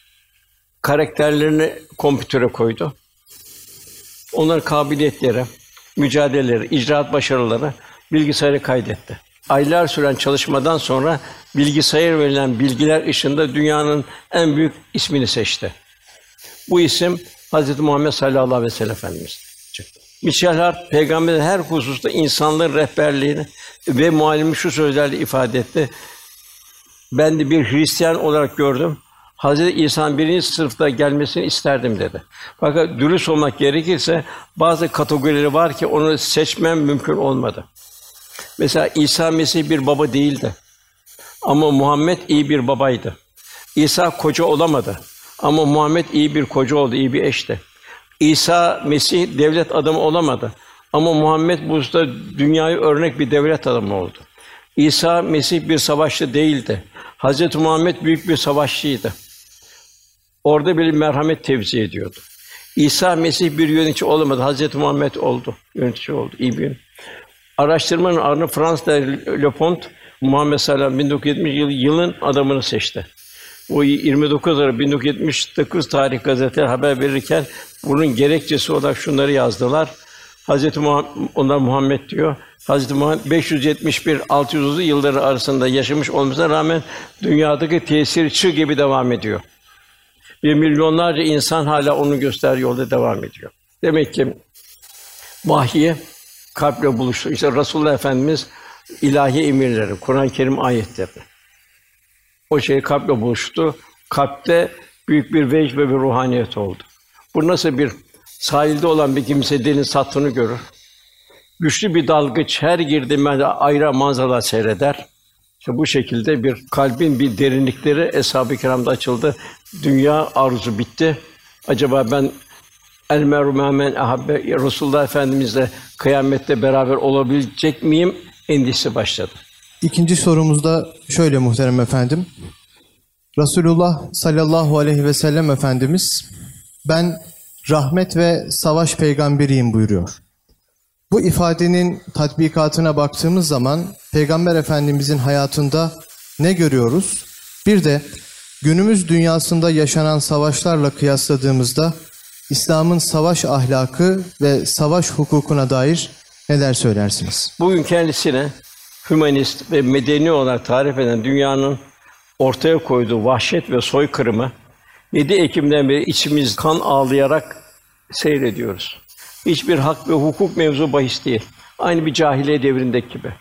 karakterlerini kompütöre koydu. Onların kabiliyetleri, mücadeleleri, icraat başarıları bilgisayara kaydetti. Aylar süren çalışmadan sonra bilgisayara verilen bilgiler ışığında dünyanın en büyük ismini seçti. Bu isim Hazreti Muhammed sallallahu aleyhi ve sellem Efendimiz çıktı. Michel Hart, Peygamber'in her hususta insanların rehberliğini ve muallimi şu sözlerle ifade etti. Ben de bir Hristiyan olarak gördüm. Hazreti İsa'nın birinci sınıfta gelmesini isterdim dedi. Fakat dürüst olmak gerekirse bazı kategorileri var ki onu seçmem mümkün olmadı. Mesela İsa Mesih bir baba değildi. Ama Muhammed iyi bir babaydı. İsa koca olamadı. Ama Muhammed iyi bir koca oldu, iyi bir eşti. İsa Mesih devlet adamı olamadı. Ama Muhammed bu hususta dünyaya örnek bir devlet adamı oldu. İsa Mesih bir savaşçı değildi. Hazreti Muhammed büyük bir savaşçıydı. Orada bir merhamet tevzi ediyordu. İsa Mesih bir yönetici olamadı. Hazreti Muhammed oldu, yönetici oldu, iyi bir yönetici. Araştırmanın ardından Fransa'da Le Pont, Muhammed sallallahu aleyhi ve sellem bin dokuz yüz yetmiş yılı yılın adamını seçti. O yirmi dokuz Aralık bin dokuz yüz yetmiş dokuz tarih gazeteler haber verirken bunun gerekçesi olarak şunları yazdılar. Hazreti Muhammed, onlar Muhammed diyor. Hazreti Muhammed beş yüz yetmiş bir altı yüz otuz yılları arasında yaşamış olmasına rağmen dünyadaki tesiri çığ gibi devam ediyor. Ve milyonlarca insan hala onu gösterdiği yolda devam ediyor. Demek ki vahyi kalple buluştu. İşte Resulullah Efendimiz ilahi emirleri, Kur'an-ı Kerim ayetleri. O şey kalple buluştu. Kalpte büyük bir vecd ve bir ruhaniyet oldu. Bu nasıl bir sahilde olan bir kimse deniz sattığını görür. Güçlü bir dalgıç her girdiğinde ayrı manzaralar seyreder. İşte bu şekilde bir kalbin bir derinlikleri Eshab-ı Kiram'da açıldı. Dünya arzu bitti. Acaba ben el meru men ahabbe Resulullah Efendimizle kıyamette beraber olabilecek miyim endişesi başladı. İkinci sorumuz da şöyle muhterem efendim. Resulullah sallallahu aleyhi ve sellem Efendimiz ben rahmet ve savaş peygamberiyim buyuruyor. Bu ifadenin tatbikatına baktığımız zaman Peygamber Efendimizin hayatında ne görüyoruz? Bir de günümüz dünyasında yaşanan savaşlarla kıyasladığımızda İslam'ın savaş ahlakı ve savaş hukukuna dair neler söylersiniz? Bugün kendisine hümanist ve medeni olarak tarif eden dünyanın ortaya koyduğu vahşet ve soykırımı yedi Ekim'den beri içimiz kan ağlayarak seyrediyoruz. Hiçbir hak ve hukuk mevzu bahis değil. Aynı bir cahiliye devrindeki gibi.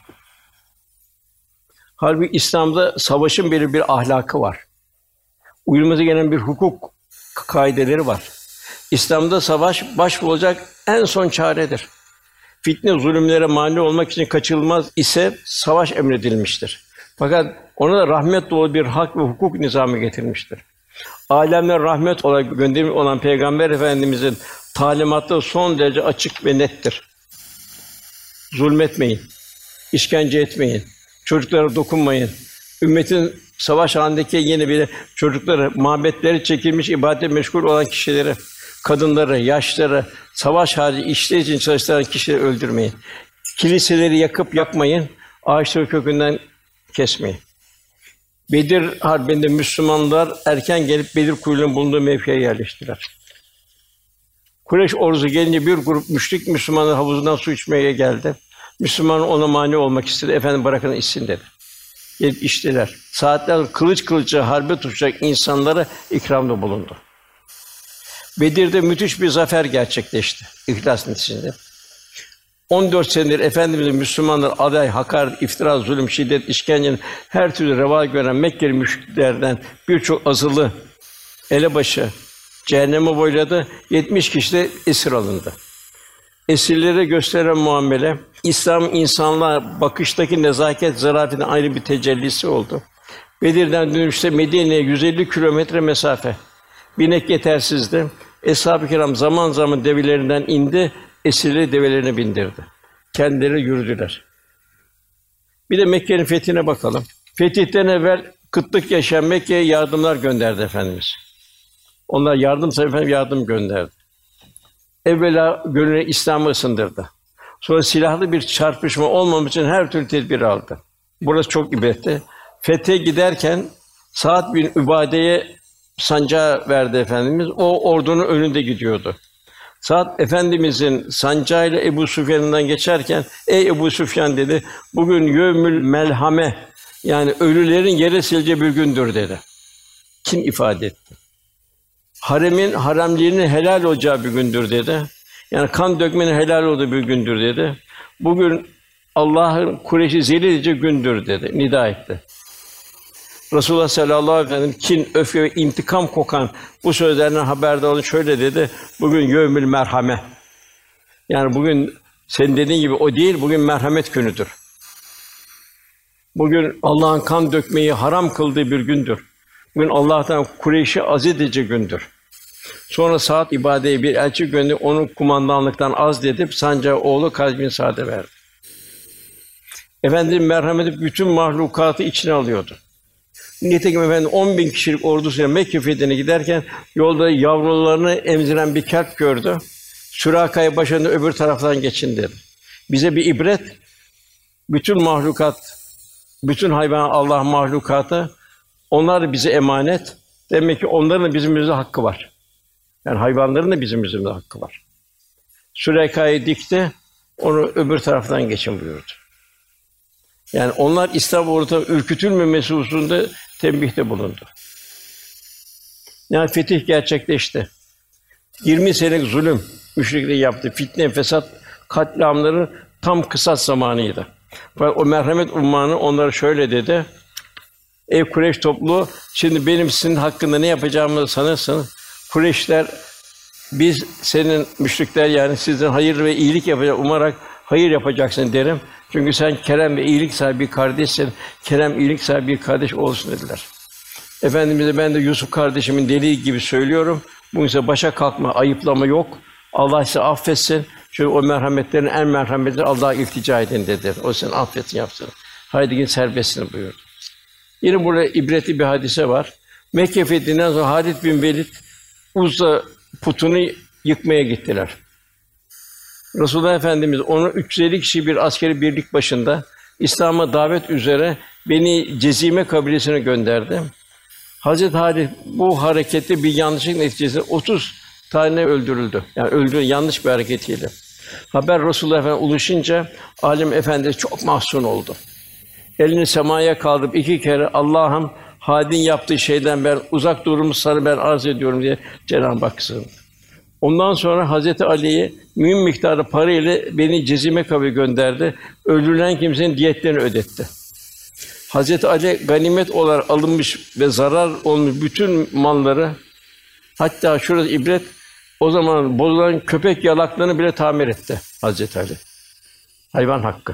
Halbuki İslam'da savaşın belirli bir ahlakı var. Uyulması gereken bir hukuk kaideleri var. İslam'da savaş başvurulacak en son çaredir. Fitne, zulümlere mani olmak için kaçınılmaz ise savaş emredilmiştir. Fakat ona da rahmet dolu bir hak ve hukuk nizamı getirmiştir. Âlemler rahmet olarak gönderilmiş olan Peygamber Efendimizin talimatı son derece açık ve nettir. Zulmetmeyin, işkence etmeyin, çocuklara dokunmayın. Ümmetin savaş halindeki yeni bir çocukları, mabetleri çekilmiş ibadete meşgul olan kişileri, kadınları, yaşlıları, savaş hali işler için çalıştıran kişileri öldürmeyin. Kiliseleri yakıp yakmayın, ağaçları kökünden kesmeyin. Bedir Harbi'nde Müslümanlar erken gelip Bedir kuyularının bulunduğu mevkiye yerleştiler. Kureyş ordusu gelince bir grup müşrik Müslümanlar havuzundan su içmeye geldi. Müslüman ona mani olmak istedi. Efendim bırakın içsin dedi. Gelip içtiler. Saatler kılıç kılıca harbe tutacak insanlara ikramda bulundu. Bedir'de müthiş bir zafer gerçekleşti. İhlas neticesinde. on dört senedir Efendimiz'in Müslümanlar aday, hakaret, iftira, zulüm, şiddet, işkencenin her türlü reva gören Mekkeli müşriklerden birçok azılı elebaşı cehenneme boyladı. yetmiş kişi de esir alındı. Esirlere gösterilen muamele, İslam insanlığa bakıştaki nezaket, zarafetin ayrı bir tecellisi oldu. Bedir'den dönüşte Medine'ye yüz elli kilometre mesafe. Binek yetersizdi. Eshab-ı Kiram zaman zaman develerinden indi, esirleri develerine bindirdi. Kendileri yürüdüler. Bir de Mekke'nin fethine bakalım. Fetihten evvel kıtlık yaşayan Mekke'ye yardımlar gönderdi Efendimiz. Onlar yardım sebebi yardım gönderdi. Evvela gönlüne İslam'ı ısındırdı. Sonra silahlı bir çarpışma olmamak için her türlü tedbir aldı. Burası çok ibretli. Fethe giderken Sa'd bin Übade'ye sancağı verdi Efendimiz. O ordunun önünde gidiyordu. Sa'd Efendimizin sancağıyla Ebu Süfyan'dan geçerken, ey Ebu Süfyan dedi, bugün yevmül melhame, yani ölülerin yere sileceği bir gündür dedi. Kin ifade etti. Haremin haremliğinin helal olacağı bir gündür dedi. Yani kan dökmenin helal olduğu bir gündür dedi. Bugün Allah'ın Kureyş'i zelil edeceği gündür dedi. Nida etti. Resulullah sallallahu aleyhi ve sellem kin, öfke ve intikam kokan bu sözlerden haberdar olun şöyle dedi. Bugün yevmül merhame. Yani bugün senin dediğin gibi o değil, bugün merhamet günüdür. Bugün Allah'ın kan dökmeyi haram kıldığı bir gündür. Bugün Allah'tan Kureyş'i azledeceği gündür. Sonra Sa'd ibadeye bir elçi gönderdi, onun kumandanlıktan azledip sancağı oğlu Kays bin Sa'd'e verdi. Efendimiz merhameti bütün mahlukatı içine alıyordu. Nitekim Efendimiz on bin kişilik ordusuyla Mekke fethine giderken yolda yavrularını emziren bir kelp gördü. Süraka'yı başında öbür taraftan geçin dedi. Bize bir ibret. Bütün mahlukat, bütün hayvan Allah mahlukatı, onlar da bize emanet. Demek ki onların da bizim üzerinde hakkı var. Yani hayvanların da bizim üzerinde hakkı var. Sürekayı dikti, onu öbür taraftan geçin buyurdu. Yani onlar İslam ortamı ürkütülmemesi hususunda tembihte bulundu. Yani fetih gerçekleşti. yirmi senelik zulüm, müşrikler yaptı. Fitne, fesat, katliamların tam kısas zamanıydı. O merhamet ummanı onlara şöyle dedi: Ey Kureyş topluluğu, şimdi benim sizin hakkında ne yapacağımı sanırsınız. Kureyşler, biz senin müşrikler yani sizden hayır ve iyilik yapacak umarak hayır yapacaksın derim. Çünkü sen kerem ve iyilik sahibi bir kardeşsin. Kerem iyilik sahibi bir kardeş olsun dediler. Efendimiz'e ben de Yusuf kardeşimin dediği gibi söylüyorum. Bu ise başa kalkma, ayıplama yok. Allah sizi affetsin. Çünkü o merhametlerin en merhametli Allah'a iltica edin dedi. O seni affetsin yapsın. Haydi git serbestsin buyurdu. Yine burada ibretli bir hadise var. Mekke fethinden sonra Halid bin Velid Uzza putunu yıkmaya gittiler. Resulullah Efendimiz onu üç yüz elli kişi bir askeri birlik başında İslam'a davet üzere Beni Cezime kabilesine gönderdi. Hazreti Halid bu harekette bir yanlışlık neticesinde otuz tane öldürüldü. Yani öldü yanlış bir hareketiyle. Haber Resulullah Efendimiz ulaşınca Alem Efendi çok mahzun oldu. Elini semaya kaldırıp iki kere Allah'ım Halid'in yaptığı şeyden ben uzak durumu sana ben arz ediyorum diye Cenab-ı Hak sığındı. Ondan sonra Hazreti Ali'ye mühim miktarda para ile Beni Cezime kabilesine gönderdi. Öldürülen kimsenin diyetlerini ödetti. Hazreti Ali ganimet olarak alınmış ve zarar olmuş bütün malları, hatta şurada ibret, o zaman bozulan köpek yalaklarını bile tamir etti Hazreti Ali. Hayvan hakkı.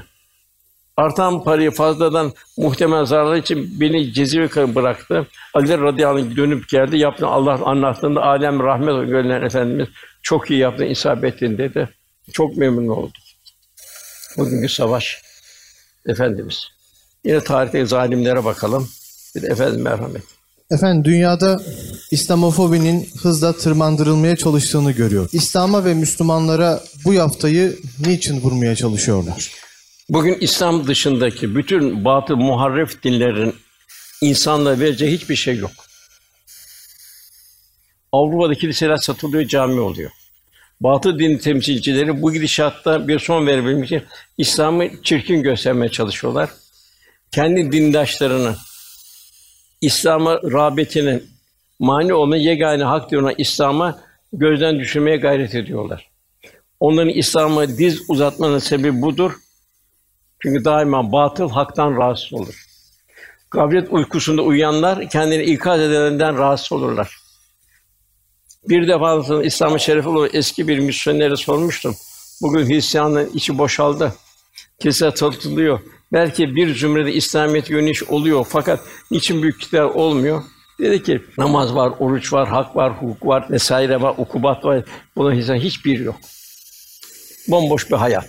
Artan parayı fazladan muhtemel zararlar için Beni Cezime kabilesine bıraktı. Ali radıyallahu anh dönüp geldi. Yaptığını Allah anlattığında alem rahmet gönderen Efendimiz çok iyi yaptın, isabet ettin dedi. Çok memnun oldum. Bugünkü savaş Efendimiz. Yine tarihteki zalimlere bakalım. Bir de Efendimiz merhamet. Efendim dünyada İslamofobinin hızla tırmandırılmaya çalıştığını görüyor. İslam'a ve Müslümanlara bu yaftayı niçin vurmaya çalışıyorlar? Bugün İslam dışındaki bütün batıl muharref dinlerin insanlığa vereceği hiçbir şey yok. Avrupa'da kiliseler satılıyor, cami oluyor. Batıl din temsilcileri bu gidişatta bir son verebilmek için İslam'ı çirkin göstermeye çalışıyorlar. Kendi dindaşlarını İslam'a rağbetinin mani olma yegane hak diyorlar, İslam'a gözden düşürmeye gayret ediyorlar. Onların İslam'a diz uzatmanın sebebi budur. Çünkü daima batıl haktan rahatsız olur. Gaflet uykusunda uyuyanlar kendini ikaz edenlerden rahatsız olurlar. Bir defasında İslam'ın şerefi olan eski bir misyonere sormuştum. Bugün Hristiyanlığın içi boşaldı. Kilise satılıyor. Belki bir zümrede İslamiyet yöneliş oluyor fakat niçin büyük kitleler olmuyor? Dedi ki namaz var, oruç var, hak var, hukuk var, vesaire var, ukubat var. Bunların hiçbir yok. Bomboş bir hayat.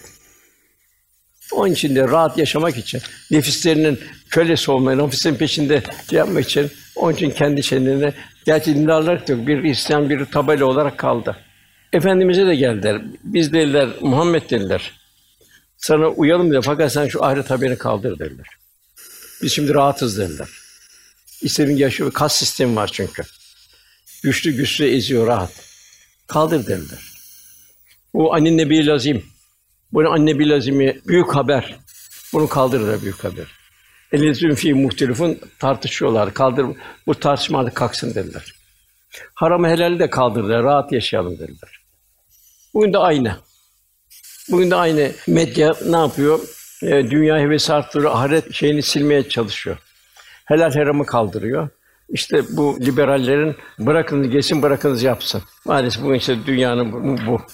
Onun için de rahat yaşamak için, nefislerinin kölesi olmayı, nefislerin peşinde yapmak için, onun için kendi şeylerine, gerçi dindarlık yok, bir Hristiyan, bir tabela olarak kaldı. Efendimiz'e de geldiler, biz dediler, Muhammed dediler, sana uyalım dediler, fakat sen şu ahiret haberini kaldır dediler. Biz şimdi rahatız dediler. İstediğin yaşıyor, kas sistemi var çünkü. Güçlü güçlü eziyor, rahat. Kaldır dediler. Bu anin nebi lazim. Bunu anne bilazimi büyük haber. Bunu kaldırır büyük haber. Elezün fi muhtelifun tartışıyorlar. Kaldır bu tartışma artık kalksın dediler. Haramı helali de kaldırdılar. Rahat yaşayalım dediler. Bugün de aynı. Bugün de aynı medya ne yapıyor? E, dünya hevesi arttırıyor, ahiret şeyini silmeye çalışıyor. Helal haramı kaldırıyor. İşte bu liberallerin bırakınız geçsin, bırakınız yapsın. Maalesef bugün işte dünyanın bu. bu.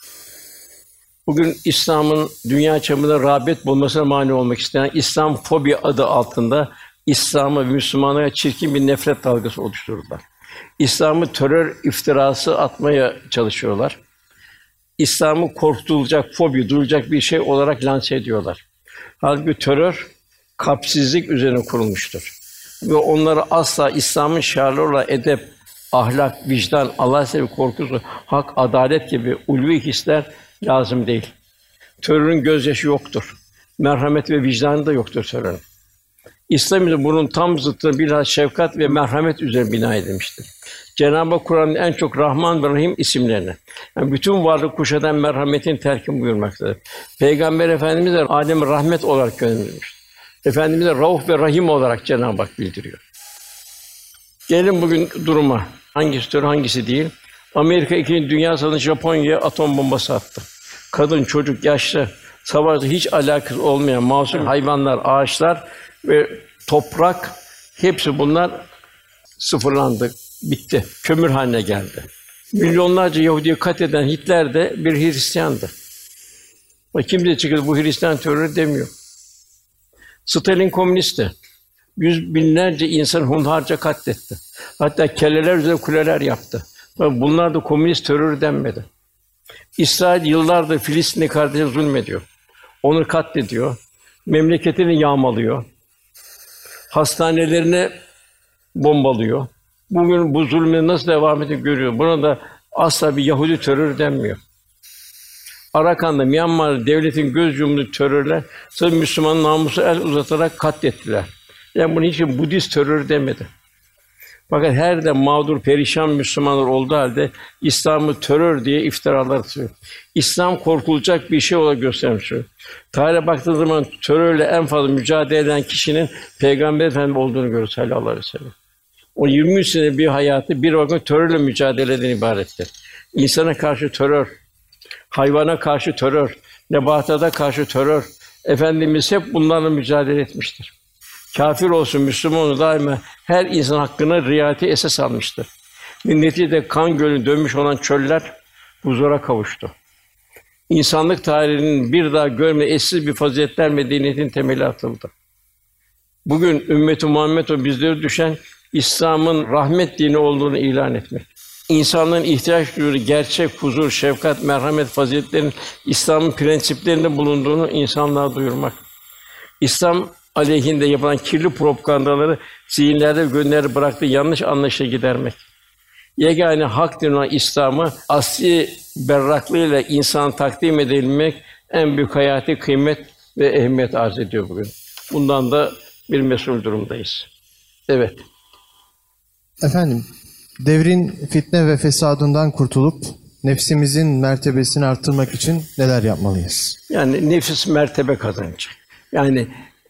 Bugün İslam'ın dünya çapında rağbet bulmasına mani olmak isteyen İslam fobi adı altında İslam'a ve Müslümanlara çirkin bir nefret dalgası oluşturdular. İslam'ı terör iftirası atmaya çalışıyorlar. İslam'ı korkutulacak, fobi duyulacak bir şey olarak lanse ediyorlar. Halbuki terör kalpsizlik üzerine kurulmuştur. Ve onları asla İslam'ın şiarlarıyla edep, ahlak, vicdan, Allah sevgi korkusu, hak, adalet gibi ulvi hisler lazım değil. Terörün gözyaşı yoktur. Merhamet ve vicdanı da yoktur terörün. İslam'ın bunun tam zıttı bilhassa şefkat ve merhamet üzerine bina edilmiştir. Cenab-ı Hak Kur'an'ın en çok Rahman ve Rahim isimlerini, yani bütün varlık kuşatan merhametin terkin buyurmaktadır. Peygamber Efendimiz de alem rahmet olarak gönderilmiştir. Efendimiz de Rauf ve Rahim olarak Cenab-ı Hak bildiriyor. Gelin bugün duruma. Hangisi terör, hangisi değil? Amerika ikinci Dünya Savaşı'nda Japonya'ya atom bombası attı. Kadın, çocuk, yaşlı, savaşta hiç alakası olmayan masum hayvanlar, ağaçlar ve toprak Hepsi bunlar sıfırlandı, bitti. Kömür haline geldi. Milyonlarca Yahudi'yi katleden Hitler de bir Hristiyandı. Bak kimse çıkıp bu Hristiyan terörü demiyor. Stalin komünistti. Yüz binlerce insan hunharca katletti. Hatta kelleler üzerine kuleler yaptı. Bunlar da komünist terörü denmedi. İsrail yıllardır Filistinli kardeşine zulmediyor. Onu katlediyor. Memleketini yağmalıyor. Hastanelerini bombalıyor. Bugün bu zulmün nasıl devam ediyor görüyor. Buna da asla bir Yahudi terörü denmiyor. Arakan'da Myanmar devletin göz yumduğu terörler sırf Müslümanın namusu el uzatarak katlettiler. Yani bunu hiç Budist terörü demedi. Fakat her de mağdur, perişan Müslümanlar olduğu halde İslam'ı terör diye iftiralar atıyor. İslam korkulacak bir şey olarak göstermiş. Tarihe baktığınız zaman terörle en fazla mücadele eden kişinin Peygamber Efendimiz olduğunu görürüz sallallahu aleyhi ve sellem. O yirmi üç sene bir hayatı bir bakın terörle mücadeleden ibarettir. İnsana karşı terör, hayvana karşı terör, nebatata karşı terör. Efendimiz hep bunlarla mücadele etmiştir. Kâfir olsun, Müslüman olsun daima her insan hakkına riayeti esas almıştır. Neticede kan gölü dönmüş olan çöller huzura kavuştu. İnsanlık tarihinin bir daha görme eşsiz bir faziletler medeniyetin temeli atıldı. Bugün ümmeti Muhammed o bizlere düşen İslam'ın rahmet dini olduğunu ilan etmek. İnsanlığın ihtiyaç duyduğu gerçek huzur, şefkat, merhamet faziletlerin İslam'ın prensiplerinde bulunduğunu insanlığa duyurmak. İslam aleyhinde yapılan kirli propagandaları zihinlerde ve gönüllerde bıraktığı yanlış anlayışa gidermek. Yegâne hak din olan İslam'ı asli berraklığıyla insana takdim edilmek en büyük hayati kıymet ve ehemmiyet arz ediyor bugün. Bundan da bir mesul durumdayız. Evet. Efendim, devrin fitne ve fesadından kurtulup nefsimizin mertebesini arttırmak için neler yapmalıyız? Yani nefis mertebe kazanacak. Yani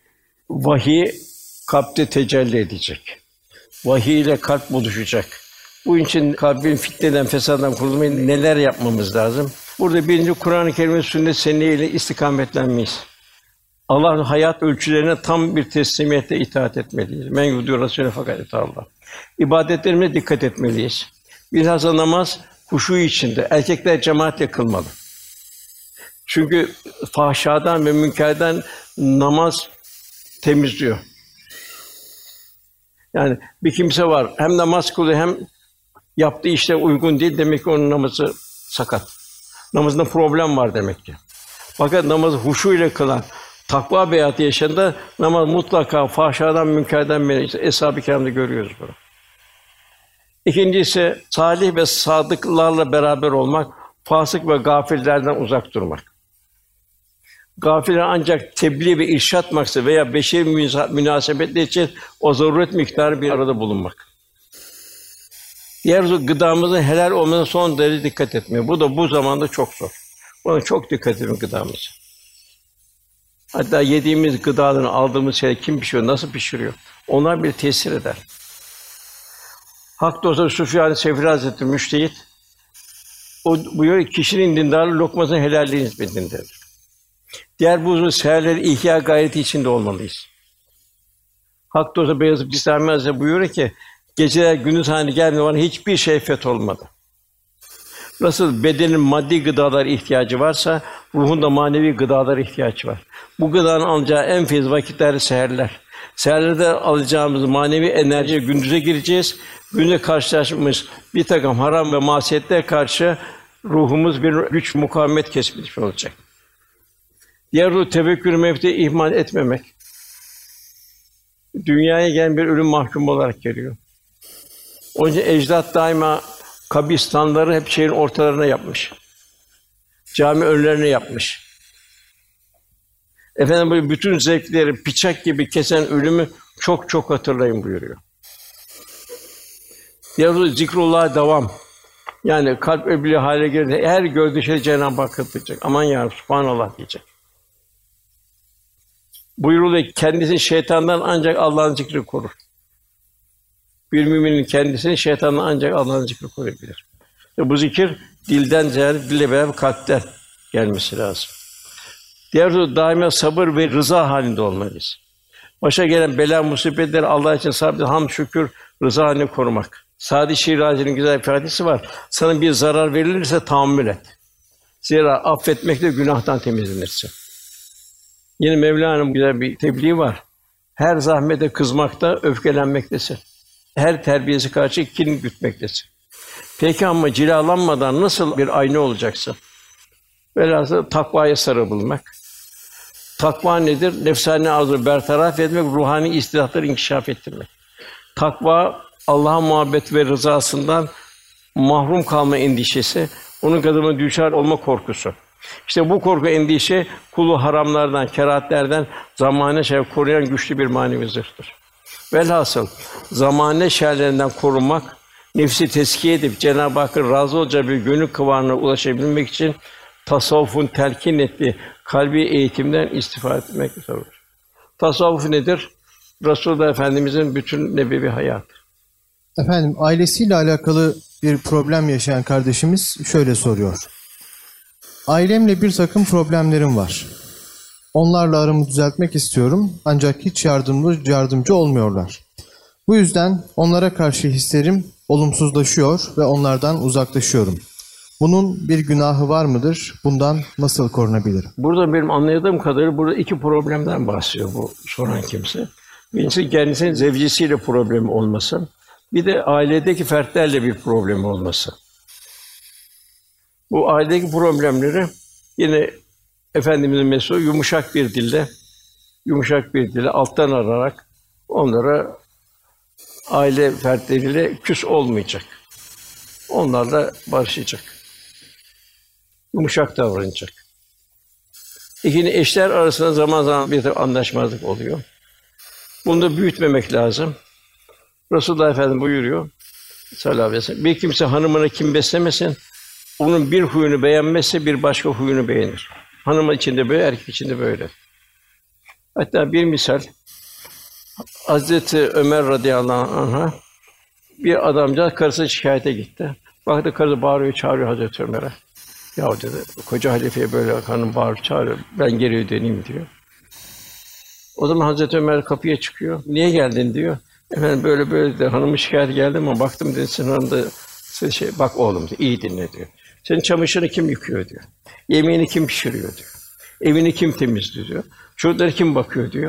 vahiy kalpte tecelli edecek. Vahiy ile kalp buluşacak. Bu için kalbin fitneden, fesadından kurtulmaya neler yapmamız lazım? Burada birinci Kur'an-ı Kerim ve sünnet senedi ile istikametlenmeyiz. Allah'ın hayat ölçülerine tam bir teslimiyetle itaat etmeliyiz. Men yudiyor Rasûle fakat etâllâh. İbadetlerimize dikkat etmeliyiz. Bilhassa namaz huşu içinde. Erkekler cemaatle kılmalı. Çünkü fahşadan ve münkerden namaz temizliyor. Yani bir kimse var, hem namaz kılıyor hem yaptığı işler uygun değil, demek ki onun namazı sakat. Namazında problem var demek ki. Fakat namazı huşu ile kılan, takva bir hayatı yaşayan namaz mutlaka fahşadan, münkerden beri, işte Eshab-ı Kiram'da görüyoruz bunu. İkincisi, salih ve sadıklarla beraber olmak, fasık ve gafillerden uzak durmak. Gafiller ancak tebliğ ve irşad maksadı veya beşeri münasebetler için o zaruret miktarı bir arada bulunmak. Diğer gıdamızın helal olmasına son derece dikkat etmek. Bu da bu zamanda çok zor. Buna çok dikkat edin gıdamıza. Hatta yediğimiz gıdaların aldığımız şey kim pişiriyor, nasıl pişiriyor? Onlar bir tesir eder. Hak dostu Süfyan-ı Sevri Hazretleri müştehit, o buyuruyor kişinin dindarlığı lokmasının helalliği nispetindedir. Diğer bu uzun seherleri ihya gayreti içinde olmalıyız. Hak dostu Beyazıt Bistami Hazretleri buyuruyor ki, geceler gündüz haline gelmeden olan hiçbir şey fetholmadı. Nasıl bedenin maddi gıdalar ihtiyacı varsa, ruhun da manevi gıdalar ihtiyacı var. Bu gıdanın alacağı en feyz vakitler seherler. Seherlerde alacağımız manevi enerjiye gündüze gireceğiz. Günde karşılaşmış bir takım haram ve masiyetlere karşı ruhumuz bir güç mukavemet kesmiş olacak. Diğer ruh tevekkül mevti ihmal etmemek. Dünyaya gelen bir ölüm mahkumu olarak geliyor. Onun için ecdat daima kabristanları hep şehrin ortalarına yapmış. Cami önlerine yapmış. Efendim böyle bütün zevkleri bıçak gibi kesen ölümü çok çok hatırlayın buyuruyor. Diğer zikrullah'a devam. Yani kalp öbürü hale gelince her gördüğü şey Cenab-ı Hak hatırlayacak. Aman ya Rabbi, Subhanallah diyecek. Buyuruluyor kendisini şeytandan ancak Allah'ın zikri korur. Bir müminin kendisini şeytandan ancak Allah'ın zikri koruyabilir. Ve bu zikir dilden ziyade dille beraber kalpten gelmesi lazım. Diğer türlü daima sabır ve rıza halinde olmalıyız. Başa gelen bela musibetleri Allah için sabit, hamd, şükür, rıza halini korumak. Sadi Şirazi'nin güzel bir ifadesi var. Sana bir zarar verilirse tahammül et. Zira affetmekle günahtan temizlenirsin. Yine Mevlana'nın güzel bir tebliği var. Her zahmete kızmakta, öfkelenmektesin. Her terbiyesi karşı kin gütmektesin. Peki ama cilalanmadan nasıl bir ayna olacaksın? Velhâsıl takvaya sarılmak. Takva nedir? Nefsani arzı bertaraf etmek, ruhani istidatları inkişaf ettirmek. Takva, Allah'a muhabbet ve rızasından mahrum kalma endişesi, onun gazabına düşer olma korkusu. İşte bu korku, endişe, kulu haramlardan, kerahatlerden zamane şer koruyan güçlü bir manevi zırhtır. Velhasıl zamane şerlerinden korunmak, nefsi tezkiye edip Cenab-ı Hakk'ın razı olacağı bir gönül kıvamına ulaşabilmek için tasavvufun telkin ettiği kalbi eğitimden istifade etmek zorundadır. Tasavvuf nedir? Resulullah Efendimizin bütün nebevi hayatı. Efendim, ailesiyle alakalı bir problem yaşayan kardeşimiz şöyle soruyor. Ailemle bir takım problemlerim var. Onlarla aramı düzeltmek istiyorum ancak hiç yardımcı yardımcı olmuyorlar. Bu yüzden onlara karşı hislerim olumsuzlaşıyor ve onlardan uzaklaşıyorum. Bunun bir günahı var mıdır? Bundan nasıl korunabilirim? Burada benim anladığım kadarıyla burada iki problemden bahsediyor bu soran kimse. Birincisi kendisinin zevcesiyle problemi olması, bir de ailedeki fertlerle bir problemi olması. Bu ailedeki problemleri yine Efendimiz'in mesajı yumuşak bir dille, yumuşak bir dille alttan ararak onlara aile fertleriyle küs olmayacak. Onlarla barışacak. Yumuşak davranacak. İkili eşler arasında zaman zaman bir anlaşmazlık oluyor. Bunu da büyütmemek lazım. Resulullah Efendimiz buyuruyor sallallahu aleyhi ve sellem, bir kimse hanımına kin beslemesin, onun bir huyunu beğenmezse bir başka huyunu beğenir. Hanım içinde böyle, erkek içinde böyle. Hatta bir misal, Hazreti Ömer radıyallahu anh'a bir adamcağız karısına şikayete gitti. Baktı karısı bağırıyor, çağırıyor Hazreti Ömer'e. Ya dedi, koca halifeye böyle hanım bağırıyor, çağırıyor, ben geriye döneyim diyor. O zaman Hazreti Ömer kapıya çıkıyor. Niye geldin diyor. Efendim böyle böyle de hanımın şikayeti geldi ama baktım dedi, senin hanım da şey, bak oğlum diyor, iyi dinle diyor. Senin çamaşırını kim yıkıyor diyor. Yemeğini kim pişiriyor diyor. Evini kim temizliyor diyor. Çocuklara kim bakıyor diyor.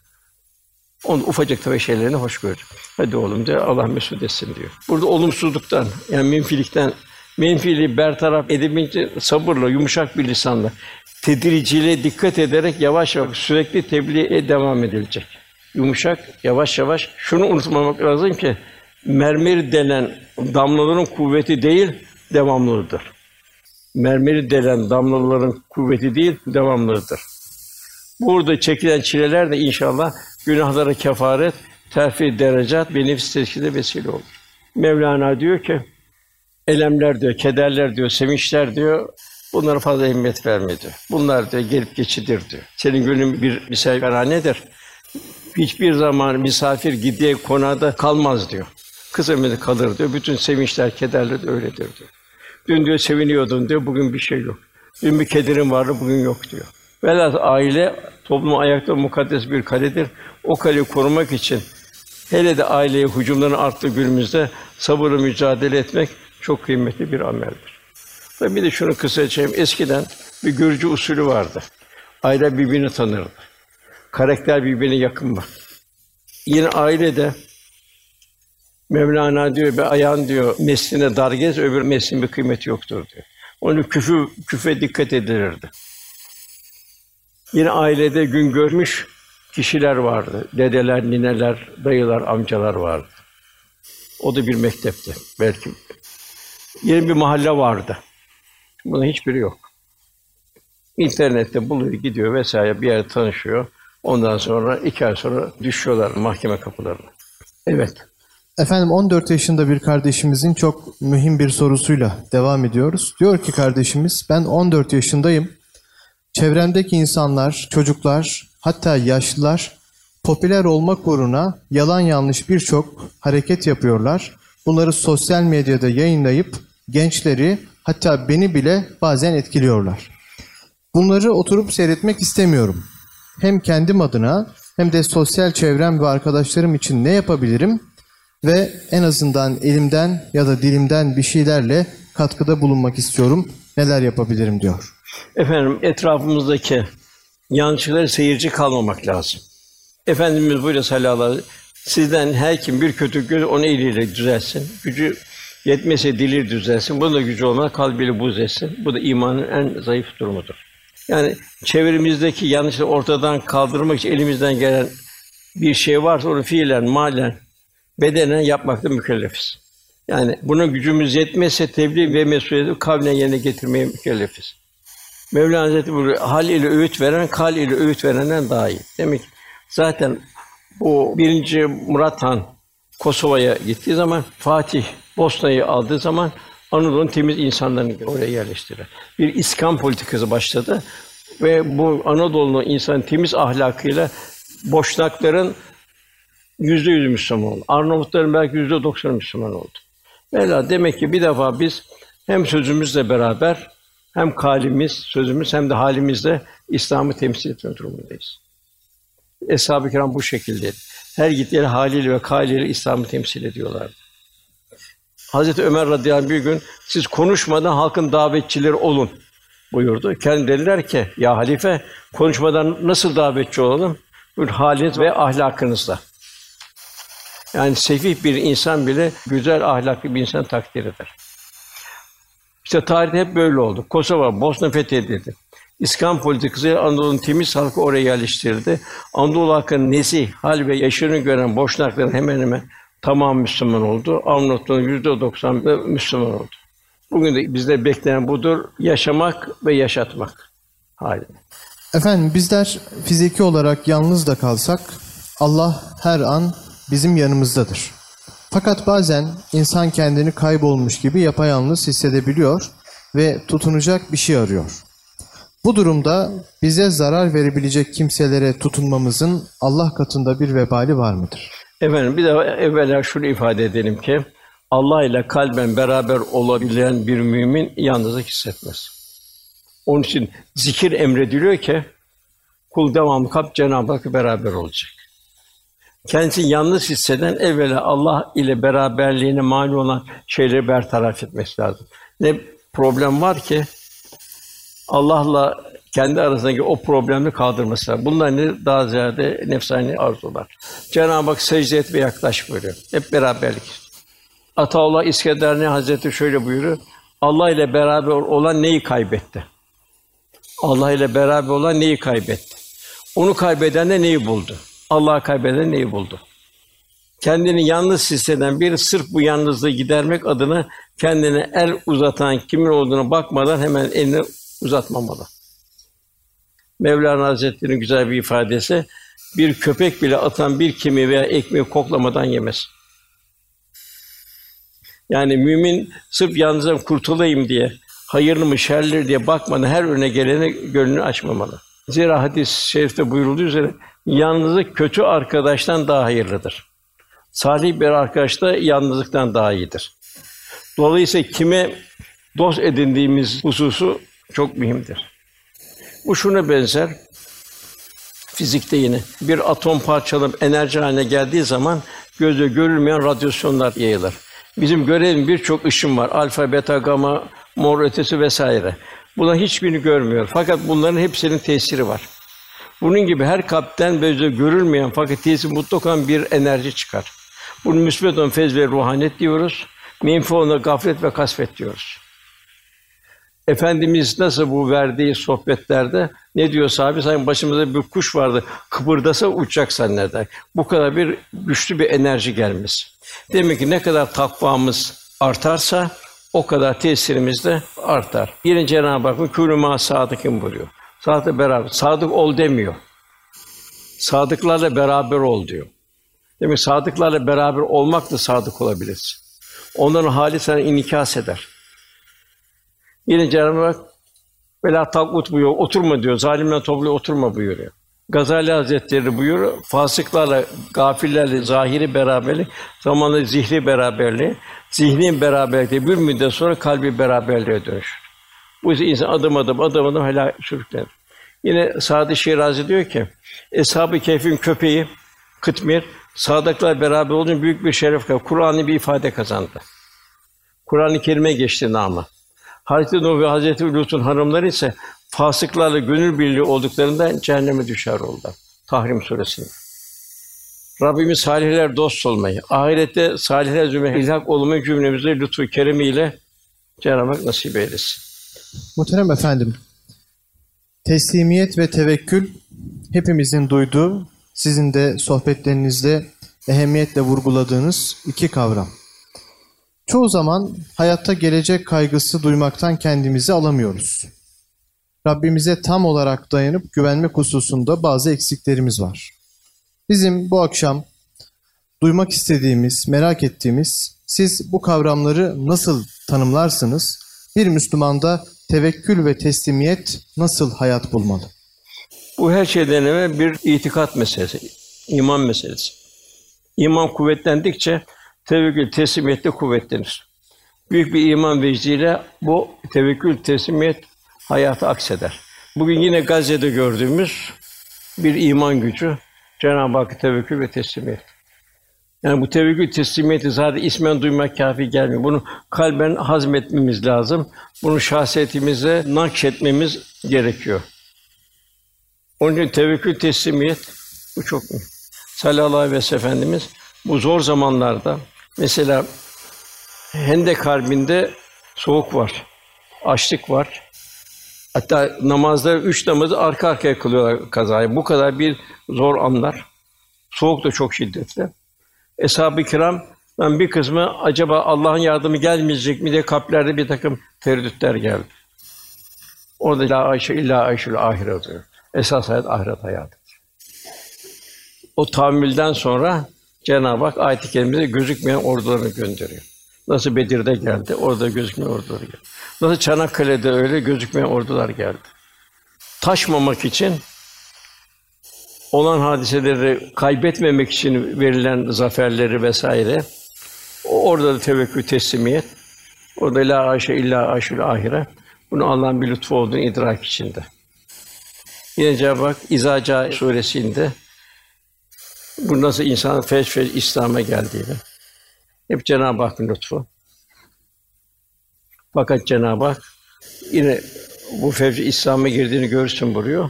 Onun ufacık tefek şeylerini hoş görür. Hadi oğlum diyor, Allah mesut etsin diyor. Burada olumsuzluktan, yani menfilikten, menfiliği bertaraf edebilmek sabırla, yumuşak bir lisanla, tedriciliğe dikkat ederek yavaş yavaş sürekli tebliğe devam edilecek. Yumuşak, yavaş yavaş. Şunu unutmamak lazım ki, mermeri delen damlaların kuvveti değil, devamlılığıdır. Mermeri delen damlaların kuvveti değil, devamlılığıdır. Burada çekilen çileler de inşallah günahlara kefaret, terfi derecat ve nefs tezkiyede vesile olur. Mevlana diyor ki, elemler diyor, kederler diyor, sevinçler diyor, bunlara fazla ehemmiyet verme diyor. Bunlar diyor gelip geçidir diyor. Senin gönlün bir misafirhanedir. Hiçbir zaman misafir gidiği konağda kalmaz diyor. Kısa müddet kalır diyor. Bütün sevinçler, kederler de öyledir diyor. Dün diyor seviniyordun diyor, bugün bir şey yok. Dün bir kederin vardı, bugün yok diyor. Velhâsıl aile toplumun ayakta mukaddes bir kaledir. O kaleyi korumak için hele de aileye hücumların arttığı günümüzde sabırla mücadele etmek çok kıymetli bir ameldir. Tabii bir de şunu kısaca söyleyeyim. Eskiden bir Gürcü usulü vardı. Aile birbirini tanırdı. Karakter birbirine yakın var. Yine ailede Mevlana diyor, bir ayağın diyor mesline dar gez, öbür meslin bir kıymeti yoktur diyor. Onun küfü küfe dikkat edilirdi. Yine ailede gün görmüş kişiler vardı. Dedeler, nineler, dayılar, amcalar vardı. O da bir mektepti belki. Yine bir mahalle vardı. Bunun hiçbiri yok. İnternette buluyor, gidiyor vesaire bir yerde tanışıyor. Ondan sonra iki ay sonra düşüyorlar mahkeme kapılarına. Evet. Efendim, on dört yaşında bir kardeşimizin çok mühim bir sorusuyla devam ediyoruz. Diyor ki kardeşimiz, ben on dört yaşındayım. Çevremdeki insanlar, çocuklar, hatta yaşlılar popüler olmak uğruna yalan yanlış birçok hareket yapıyorlar. Bunları sosyal medyada yayınlayıp gençleri, hatta beni bile bazen etkiliyorlar. Bunları oturup seyretmek istemiyorum. Hem kendim adına hem de sosyal çevrem ve arkadaşlarım için ne yapabilirim ve en azından elimden ya da dilimden bir şeylerle katkıda bulunmak istiyorum. Neler yapabilirim diyor. Efendim etrafımızdaki yanlışlara seyirci kalmamak lazım. Efendimiz buyuruyor sallallahu aleyhi ve sellem, sizden her kim bir kötü göz onu eliyle düzelsin. Gücü yetmese dili düzelsin. Bunun da gücü olmaz, kalbiyle buz etsin. Bu da imanın en zayıf durumudur. Yani çevremizdeki yanlışları ortadan kaldırmak için elimizden gelen bir şey varsa onu fiilen, malen, bedenen yapmakta mükellefiz. Yani buna gücümüz yetmezse tebliğ ve mesuliyeti kavlen yerine getirmeye mükellefiz. Mevlana Hazretleri buyuruyor, hal ile öğüt veren, kal ile öğüt verenden daha iyi. Demek ki zaten bu birinci Murat Han Kosova'ya gittiği zaman, Fatih Bosna'yı aldığı zaman Anadolu'nun temiz insanlarını oraya yerleştirdi. Bir iskan politikası başladı ve bu Anadolu'nun insan temiz ahlakıyla Boşnakların yüzde yüz Müslüman oldu. Arnavutların belki yüzde doksanı Müslüman oldu. Velhâsıl demek ki bir defa biz hem sözümüzle beraber hem kalimiz, sözümüz hem de halimizle İslam'ı temsil etme durumundayız. Eshab-ı Kiram bu şekilde. Her gittikleri haliyle ve kâliyle İslam'ı temsil ediyorlardı. Hazreti Ömer radıyallahu anh bir gün siz konuşmadan halkın davetçileri olun buyurdu. Kendi dediler ki ya halife konuşmadan nasıl davetçi olalım? Bu haliniz ve ahlakınızla. Yani sefih bir insan bile güzel ahlaklı bir insan takdir eder. İşte tarihte hep böyle oldu. Kosova, Bosna fethedildi. İskan politikası Anadolu'nun temiz halkı oraya yerleştirildi. Anadolu halkının nezih, hal ve yaşını gören Boşnakların hemen hemen tamam Müslüman oldu. Arnavutların yüzde doksan Müslüman oldu. Bugün de bizde beklenen budur, yaşamak ve yaşatmak hali. Efendim bizler fiziki olarak yalnız da kalsak Allah her an bizim yanımızdadır. Fakat bazen insan kendini kaybolmuş gibi yapayalnız hissedebiliyor ve tutunacak bir şey arıyor. Bu durumda bize zarar verebilecek kimselere tutunmamızın Allah katında bir vebali var mıdır? Efendim bir de evvela şunu ifade edelim ki Allah ile kalben beraber olabilen bir mümin yalnızlık hissetmez. Onun için zikir emrediliyor ki kul devamlı kap Cenab-ı Hak'la beraber olacak. Kendisini yalnız hisseden evvela Allah ile beraberliğine mani olan şeyleri bertaraf etmesi lazım. Ne problem var ki Allah'la kendi arasındaki o problemi kaldırması lazım. Bunlar ne daha ziyade nefsani arzular. Cenab-ı Hak secde et ve yaklaş buyuruyor. Hep beraberlik. Ataullah İskenderuni Hazretleri şöyle buyuruyor. Allah ile beraber olan neyi kaybetti? Allah ile beraber olan neyi kaybetti? Onu kaybeden de neyi buldu? Allah'ı kaybeden neyi buldu? Kendini yalnız hisseden biri sırf bu yalnızlığı gidermek adına kendine el uzatan kimin olduğuna bakmadan hemen elini uzatmamalı. Mevlana Hazretleri'nin güzel bir ifadesi, bir köpek bile atan bir kemiği veya ekmeği koklamadan yemez. Yani mümin sırf yalnızdan kurtulayım diye, hayırlı mı şerli diye bakmadan her önüne gelene gönlünü açmamalı. Zira hadis-i şerifte buyurulduğu üzere yalnızlık kötü arkadaştan daha hayırlıdır. Salih bir arkadaş da yalnızlıktan daha iyidir. Dolayısıyla kime dost edindiğimiz hususu çok mühimdir. Bu şuna benzer. Fizikte yine bir atom parçalanıp enerji haline geldiği zaman gözle görülmeyen radyasyonlar yayılır. Bizim görelim birçok ışın var. Alfa, beta, gama, mor ötesi vesaire. Bunların hiçbirini görmüyor. Fakat bunların hepsinin tesiri var. Bunun gibi her kalpten böyle görülmeyen fakat tesiri mutlak olan bir enerji çıkar. Bunu müsbet olan feyz ve ruhaniyet diyoruz. Menfi olan gaflet ve kasvet diyoruz. Efendimiz nasıl bu verdiği sohbetlerde ne diyor sahabe? Sanki başımızda bir kuş vardı, kıpırdasa uçacak zanneder. Bu kadar bir güçlü bir enerji gelmesi. Demek ki ne kadar takvamız artarsa o kadar tesirimiz de artar. Yine Cenab-ı Hak kûnû mâ sâdıkîn buyuruyor. Sadık beraber, sadık ol demiyor. Sadıklarla beraber ol diyor. Demek sadıklarla beraber olmakla sadık olabilirsin. Onların hali sana inikas eder. Yine Cenab-ı Hak velâ takut buyuruyor. Oturma diyor. Zalimle toplu oturma buyuruyor. Gazali Hazretleri buyuruyor. Fasıklarla, gafillerle zahiri beraberlik, zamanla zihni beraberliği, zihni beraberlikte bir müddet sonra kalbi beraberliğe dönüşür. Bu yüzden insan adım adım adım adım helâk sürüklenir. Yine Sa'd-ı Şirazi diyor ki, Eshab-ı Kehf'in köpeği Kıtmir, sadıklar beraber olunca büyük bir şeref kazandı. Kur'an'ı bir ifade kazandı. Kur'an-ı Kerim'e geçti namı. Hazreti Nuh ve Hazreti Lut'un hanımları ise fasıklarla gönül birliği olduklarından cehenneme düşer oldular. Tahrim Suresi'nde. Rabbimiz salihler dost olmayı, ahirette salihler zümresi ilhak olmayı cümlemize lütfu keremiyle Cenab-ı Hak nasip eylesin. Muhterem efendim, teslimiyet ve tevekkül hepimizin duyduğu, sizin de sohbetlerinizde ehemmiyetle vurguladığınız iki kavram. Çoğu zaman hayatta gelecek kaygısı duymaktan kendimizi alamıyoruz. Rabbimize tam olarak dayanıp güvenmek hususunda bazı eksiklerimiz var. Bizim bu akşam duymak istediğimiz, merak ettiğimiz, siz bu kavramları nasıl tanımlarsınız? Bir Müslümanda tevekkül ve teslimiyet nasıl hayat bulmalı? Bu her şeyden evvel bir itikat meselesi, iman meselesi. İman kuvvetlendikçe tevekkül, teslimiyet de kuvvetlenir. Büyük bir iman vecdiyle bu tevekkül, teslimiyet hayata akseder. Bugün yine Gazze'de gördüğümüz bir iman gücü, Cenab-ı Hakk'a tevekkül ve teslimiyet. Yani bu tevekkül, teslimiyeti zaten ismen duymak kâfi gelmiyor. Bunu kalben hazmetmemiz lazım. Bunu şahsiyetimize nakşetmemiz gerekiyor. Onun için tevekkül, teslimiyet bu çok mühim. Sallallahu aleyhi ve sellem Efendimiz bu zor zamanlarda mesela Hendek Harbi'nde soğuk var, açlık var. Hatta namazları üç namazı arka arkaya kılıyorlar kazayı. Bu kadar bir zor anlar. Soğuk da çok şiddetli. Eshab-ı Kiram'dan bir kısmı acaba Allah'ın yardımı gelmeyecek mi diye kalplerde bir takım tereddütler geldi. Orada la ayşe illa ayşül ahiret diyor. Esas hayat ahiret hayatıdır. O tahammülden sonra Cenab-ı Hak ayet-i kerimede gözükmeyen ordularını gönderiyor. Nasıl Bedir'de geldi, orada gözükmeyen ordular geldi. Nasıl Çanakkale'de öyle gözükmeyen ordular geldi. Taşmamak için, olan hadiseleri kaybetmemek için verilen zaferleri vesaire, orada da tevekkül, teslimiyet, orada la ayşe illa ayşül ahire, bunu Allah'ın bir lütfu olduğunu idrak içinde. Yine Cenab-ı Hak İzâ Câ suresinde bu nasıl insan feş feş İslam'a geldiğini, hep Cenab-ı Hakk'ın lütfu. Fakat Cenab-ı Hak yine bu fevci İslam'a girdiğini görürsün buyuruyor.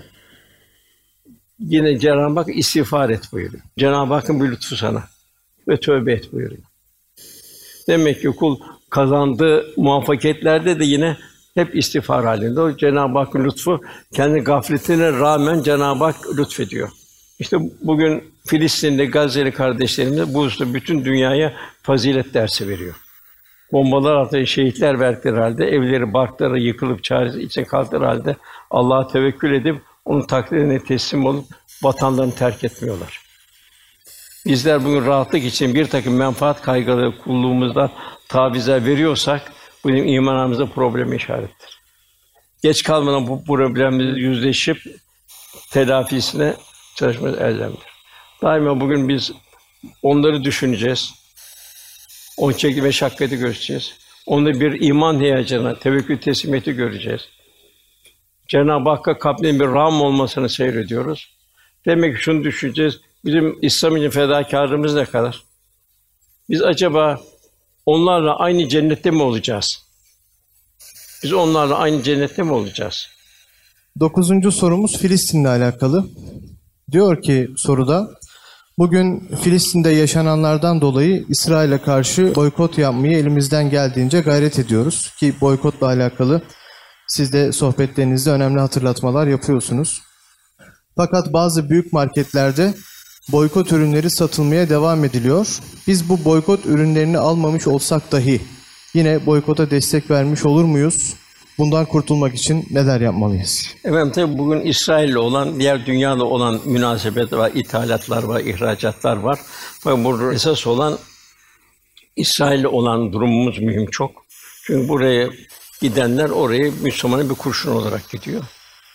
Yine Cenab-ı Hak istiğfar et buyuruyor. Cenab-ı Hakk'ın bir lütfu sana ve tövbe et buyuruyor. Demek ki kul kazandığı muvaffakiyetlerde de yine hep istiğfar halinde. O Cenab-ı Hakk'ın lütfu kendi gafletine rağmen Cenab-ı Hak lütfediyor. İşte bugün Filistin'de Gazze'li kardeşlerimiz bu hususta bütün dünyaya fazilet dersi veriyor. Bombalar altında şehitler verdikleri halde, evleri, barkları yıkılıp çaresi için kaldıkları halde Allah'a tevekkül edip onun takdirine teslim olup vatanlarını terk etmiyorlar. Bizler bugün rahatlık için bir takım menfaat kaygıları kulluğumuzdan tavizler veriyorsak bu bizim imanımızda probleme işarettir. Geç kalmadan bu problemle yüzleşip telafisine çalışmamız elzemdir. Daima bugün biz onları düşüneceğiz. Onun çektiği meşakkatı göreceğiz. Onda bir iman heyecanı, tevekkül, teslimiyeti göreceğiz. Cenab-ı Hakk'a kalbinin bir rağm olmasını seyrediyoruz. Demek ki şunu düşüneceğiz. Bizim İslam için fedakârlığımız ne kadar? Biz acaba onlarla aynı cennette mi olacağız? Biz onlarla aynı cennette mi olacağız? Dokuzuncu sorumuz Filistin'le alakalı. Diyor ki soruda, bugün Filistin'de yaşananlardan dolayı İsrail'e karşı boykot yapmayı elimizden geldiğince gayret ediyoruz. Ki boykotla alakalı siz de sohbetlerinizde önemli hatırlatmalar yapıyorsunuz. Fakat bazı büyük marketlerde boykot ürünleri satılmaya devam ediliyor. Biz bu boykot ürünlerini almamış olsak dahi yine boykota destek vermiş olur muyuz? Bundan kurtulmak için neler yapmalıyız? Efendim tabii bugün İsrail'le olan, diğer dünyayla olan münasebet var, ithalatlar var, ihracatlar var. Fakat burada esas olan İsrail'le olan durumumuz mühim çok. Çünkü buraya gidenler oraya Müslümanın bir kurşun olarak gidiyor.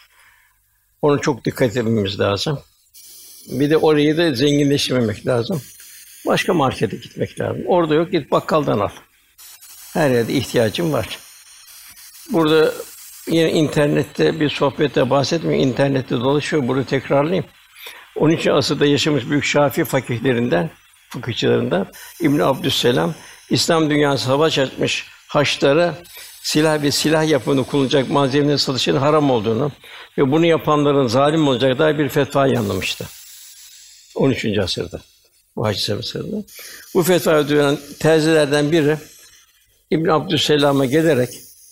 Ona çok dikkat etmemiz lazım. Bir de orayı da zenginleştirmemek lazım. Başka markete gitmek lazım. Orada yok, git bakkaldan al. Her yerde ihtiyacım var. Burada Yine internette bir sohbette bahsetmiyor, internette dolaşıyor, bunu tekrarlayayım. on üçüncü asırda yaşamış büyük Şafii fakihlerinden, fıkıhçılarından İbn Abdüsselam, İslam dünyası savaş açmış Haçlılara silah ve silah yapımını kullanacak malzemenin satışının haram olduğunu ve bunu yapanların zalim olacağı dair bir fetva yayınlamıştı. on üçüncü asırda, bu Haçlı asırda. Bu fetvayı duyan terzilerden biri İbn Abdüsselam'a gelerek,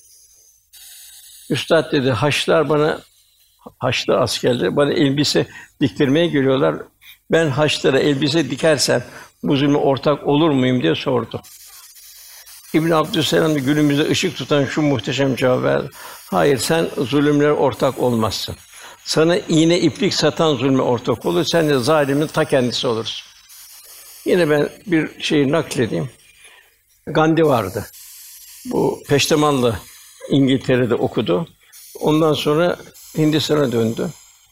"Üstad," dedi, "Haçlılar bana, Haçlı askerler bana elbise diktirmeye geliyorlar. Ben Haçlılara elbise dikersem bu zulme ortak olur muyum?" diye sordu. İbn Abdüsselam da günümüzde ışık tutan şu muhteşem cevap verdi: "Hayır, sen zulümlere ortak olmazsın. Sana iğne iplik satan zulme ortak olur, sen de zalimin ta kendisi olursun." Yine ben bir şeyi nakledeyim. Gandhi vardı. Bu Peştemal'la İngiltere'de okudu. Ondan sonra Hindistan'a döndü.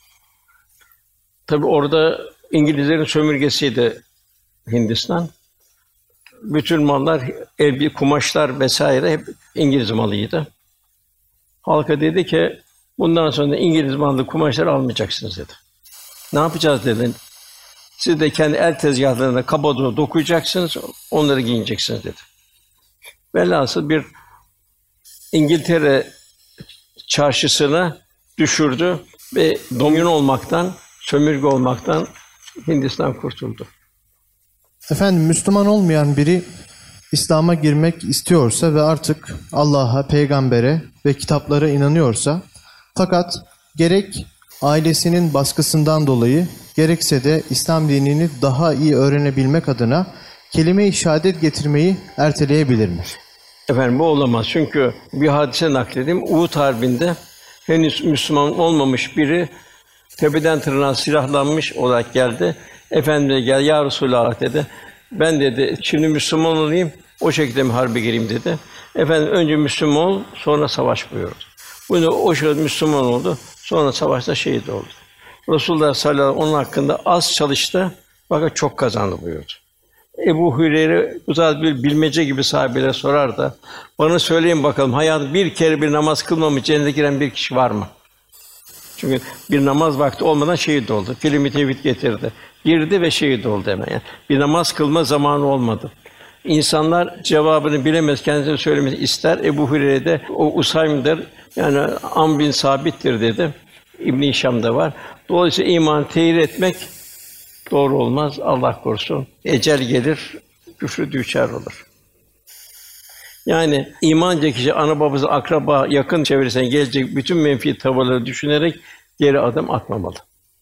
Tabii orada İngilizlerin sömürgesiydi Hindistan. Bütün mallar, elbi, kumaşlar vesaire hep İngiliz malıydı. Halka dedi ki, bundan sonra İngiliz mallı kumaşlar almayacaksınız dedi. Ne yapacağız dedi. Siz de kendi el tezgahlarına kabadoğu dokuyacaksınız, onları giyineceksiniz dedi. Velhasıl bir İngiltere çarşısına düşürdü ve domine olmaktan, sömürge olmaktan Hindistan kurtuldu. Efendim, Müslüman olmayan biri İslam'a girmek istiyorsa ve artık Allah'a, peygambere ve kitaplara inanıyorsa, fakat gerek ailesinin baskısından dolayı gerekse de İslam dinini daha iyi öğrenebilmek adına kelime-i şehadet getirmeyi erteleyebilir mi? Efendim bu olamaz. Çünkü bir hadise nakledeyim. Uhud Harbi'nde henüz Müslüman olmamış biri tepeden tırnağa silahlanmış olarak geldi. Efendimiz'e gel, "Ya Resulallah," dedi. "Ben," dedi, "şimdi Müslüman olayım, o şekilde mi harbe gireyim?" dedi. Efendim önce Müslüman ol, sonra savaş buyurdu. Bunu o şekilde Müslüman oldu, sonra savaşta şehit oldu. Resulullah sallallahu aleyhi ve sellem onun hakkında az çalıştı fakat çok kazandı buyurdu. Ebu Hüreyre bu zat bir bilmece gibi sahabelere sorar da, "Bana söyleyin bakalım, hayatı bir kere bir namaz kılmamış cennete giren bir kişi var mı?" Çünkü bir namaz vakti olmadan şehit oldu. Kelime-i tevhid getirdi. Girdi ve şehit oldu hemen. Yani bir namaz kılma zamanı olmadı. İnsanlar cevabını bilemez, kendisine söylemesi ister. Ebu Hüreyre de o Usaym'dır. Yani Am bin Sabit'tir dedi. İbn-i Hişam'da var. Dolayısıyla imanı tehir etmek doğru olmaz. Allah korusun. Ecel gelir, küfrü düçar olur. Yani imanca kişi ana babası, akraba, yakın çevresine gelecek bütün menfi tavırları düşünerek geri adım atmamalı.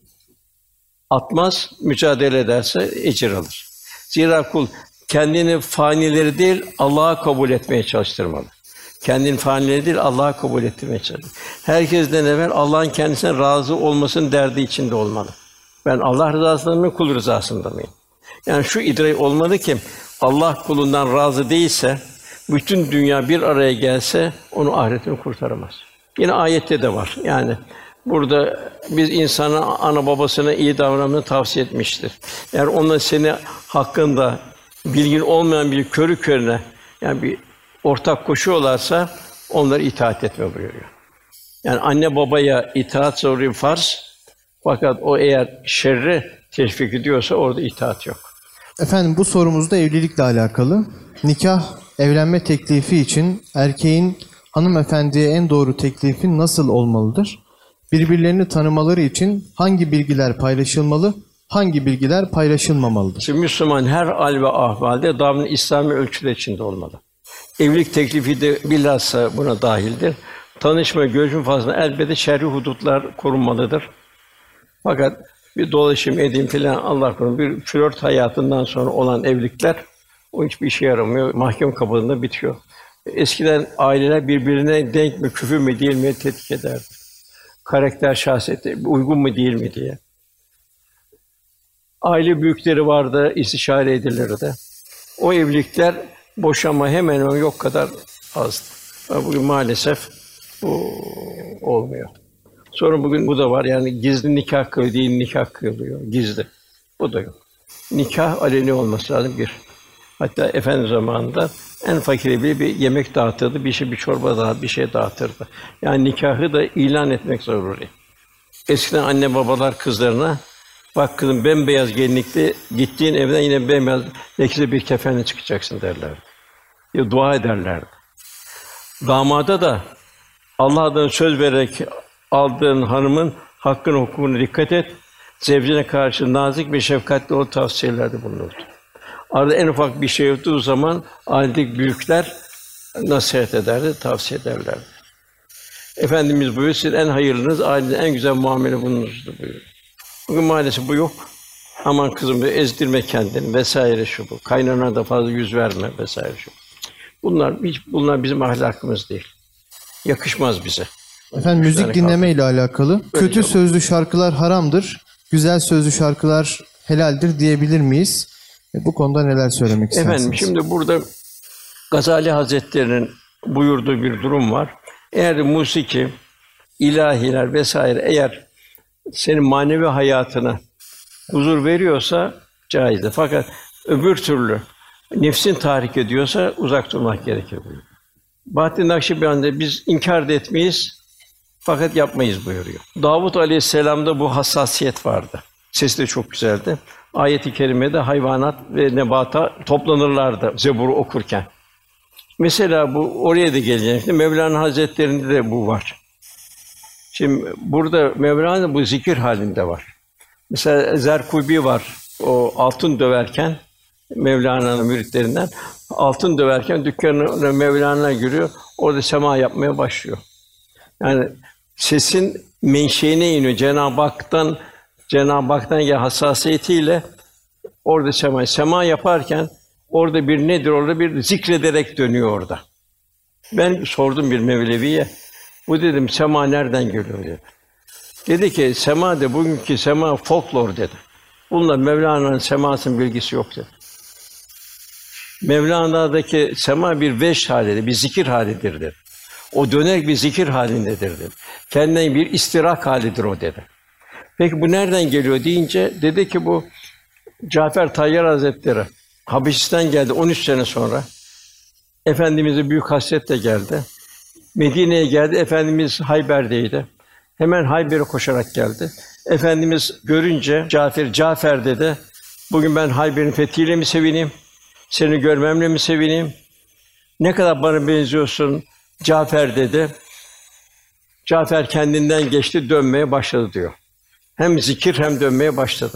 Atmaz, mücadele ederse ecir alır. Zira kul kendini fanileri değil, Allah'a kabul etmeye çalıştırmalı. Kendini fanileri değil, Allah'a kabul ettirmeye çalışmalı. Herkesten evvel Allah'ın kendisine razı olmasının derdi içinde olmalı. Ben Allah rızasında mıyım, kul rızasında mıyım? Yani şu idrak olmalı ki Allah kulundan razı değilse, bütün dünya bir araya gelse onu ahiretini kurtaramaz. Yine ayette de var. Yani burada biz insana ana babasına iyi davranmayı tavsiye etmiştir. Eğer onlar seni hakkında bilgin olmayan bir körü körüne yani bir ortak koşuyorlarsa onlara itaat etme buyuruyor. Yani anne babaya itaat zorunlu farz. Fakat o eğer şerri teşvik ediyorsa orada itaat yok. Efendim bu sorumuzda evlilikle alakalı. Nikah, evlenme teklifi için erkeğin hanımefendiye en doğru teklifi nasıl olmalıdır? Birbirlerini tanımaları için hangi bilgiler paylaşılmalı, hangi bilgiler paylaşılmamalıdır? Şimdi Müslüman her hal ve ahvalde davranış İslami ölçüler içinde olmalı. Evlilik teklifi de bilhassa buna dahildir. Tanışma, görüşme faslında elbette şer'i hudutlar korunmalıdır. Fakat bir dolaşım edeyim filan Allah korusun bir flört hayatından sonra olan evlilikler o hiçbir işe yaramıyor. Mahkeme kapılarında bitiyor. Eskiden aileler birbirine denk mi, küfür mü değil mi tetkik ederdi. Karakter, şahsiyeti uygun mu değil mi diye. Aile büyükleri vardı, istişare edilirdi. O evlilikler boşanma hemen hemen yok kadar azdı. Bugün maalesef bu olmuyor. Sonra bugün bu da var. Yani gizli nikah kıyılıyor, değil nikah kıyılıyor. Gizli. Bu da yok. Nikah aleni olması lazım bir. Hatta Efendimiz zamanında En fakire bile bir yemek dağıtırdı, bir şey bir çorba dağıtırdı, bir şey dağıtırdı. Yani nikahı da ilan etmek zaruri. Eskiden anne babalar kızlarına, bak kızım bembeyaz gelinlikli gittiğin evden yine bembeyaz lekeli bir kefenle çıkacaksın derlerdi. Ya dua ederlerdi. Damada da Allah adına söz vererek aldığın hanımın hakkını hukukuna dikkat et. Zevcine karşı nazik ve şefkatli ol tavsiyelerde bulunurdu. Arada en ufak bir şey olduğu zaman ailedeki büyükler nasihat ederdi, tavsiye ederlerdi. Efendimiz buyuruyor, siz en hayırlınız, ailenin en güzel muamele bulunurdu buyuruyor. Bugün maalesef bu yok. Aman kızım ezdirme kendini vesaire şu bu. Kaynana da fazla yüz verme vesaire şu. Bunlar hiç bunlar bizim ahlakımız değil. Yakışmaz bize. Efendim müzik dinleme ile alakalı. Böyle kötü sözlü şarkılar haramdır, güzel sözlü şarkılar helaldir diyebilir miyiz? E, bu konuda neler söylemek istersiniz? Efendim şimdi burada Gazali Hazretleri'nin buyurduğu bir durum var. Eğer musiki, ilahiler vesaire eğer senin manevi hayatına huzur veriyorsa caizdir. Fakat öbür türlü nefsin tahrik ediyorsa uzak durmak gerekir buyuruyor. Bahattin Nakşibendi biz inkar da etmeyiz fakat yapmayız buyuruyor. Davud Aleyhisselam'da bu hassasiyet vardı. Sesi de çok güzeldi. Ayet-i kerimede hayvanat ve nebata toplanırlardı Zebur'u okurken. Mesela bu oraya da geleceğim. Mevlana Hazretleri'nde de bu var. Şimdi burada Mevlana bu zikir halinde var. Mesela Zerkubi var. O altın döverken Mevlana'nın müritlerinden altın döverken dükkanına Mevlana giriyor. Orada sema yapmaya başlıyor. Yani sesin menşeine iniyor. Cenab-ı Hak'tan Cenab-ı Hak'tan gelen hassasiyetiyle orada sema sema yaparken orada bir nedir? Orada bir zikrederek dönüyor orada. Ben sordum bir Mevlevi'ye. Bu dedim sema nereden geliyor dedi. Dedi ki sema de bugünkü sema folklor dedi. Bununla Mevlana'nın semasının bilgisi yok dedi. Mevlana'daki sema bir veş halidir, bir zikir halidir dedi. O dönerek bir zikir halindedir dedi. Kendine bir istirak halidir o dedi. Peki bu nereden geliyor deyince dedi ki bu Cafer Tayyar Hazretleri Habeşistan geldi on üç sene sonra. Efendimiz'e büyük hasretle geldi. Medine'ye geldi. Efendimiz Hayber'deydi. Hemen Hayber'e koşarak geldi. Efendimiz görünce Cafer, Cafer dedi. Bugün ben Hayber'in fethiyle mi sevineyim? Seni görmemle mi sevineyim? Ne kadar bana benziyorsun Cafer dedi. Cafer kendinden geçti, dönmeye başladı diyor. Hem zikir hem dönmeye başladı.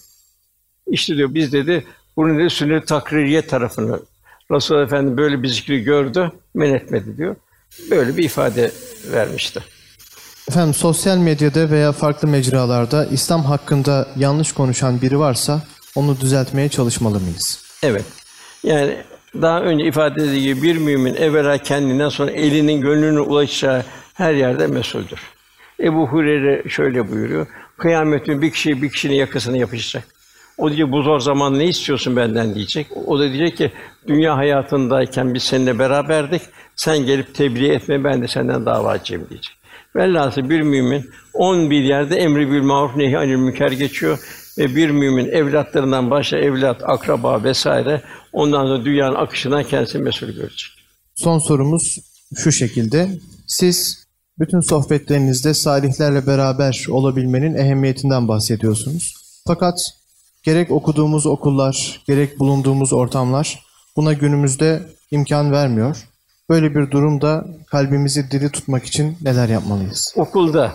İşte diyor biz dedi bunu dedi sünnet-i takririye tarafını Resulullah Efendimiz böyle bir zikri gördü, men etmedi diyor. Böyle bir ifade vermişti. Efendim sosyal medyada veya farklı mecralarda İslam hakkında yanlış konuşan biri varsa onu düzeltmeye çalışmalı mıyız? Evet. Yani daha önce ifade edildiği gibi bir mümin evvela kendinden sonra elinin gönlünün ulaşacağı her yerde mesuldür. Ebu Hureyre şöyle buyuruyor. Kıyamet günü bir kişi bir kişinin yakasına yapışacak. O diyecek bu zor zaman ne istiyorsun benden diyecek. O da diyecek ki dünya hayatındayken biz seninle beraberdik. Sen gelip tebliğ etme ben de senden davacıyım diyecek. Velhâsıl bir mümin on bir yerde emri bil maruf nehy anil münker geçiyor ve bir mümin evlatlarından başla evlat, akraba vesaire ondan sonra dünyanın akışından kendisini mesul görecek. Son sorumuz şu şekilde. Siz bütün sohbetlerinizde salihlerle beraber olabilmenin ehemmiyetinden bahsediyorsunuz. Fakat gerek okuduğumuz okullar, gerek bulunduğumuz ortamlar buna günümüzde imkan vermiyor. Böyle bir durumda kalbimizi diri tutmak için neler yapmalıyız? Okulda,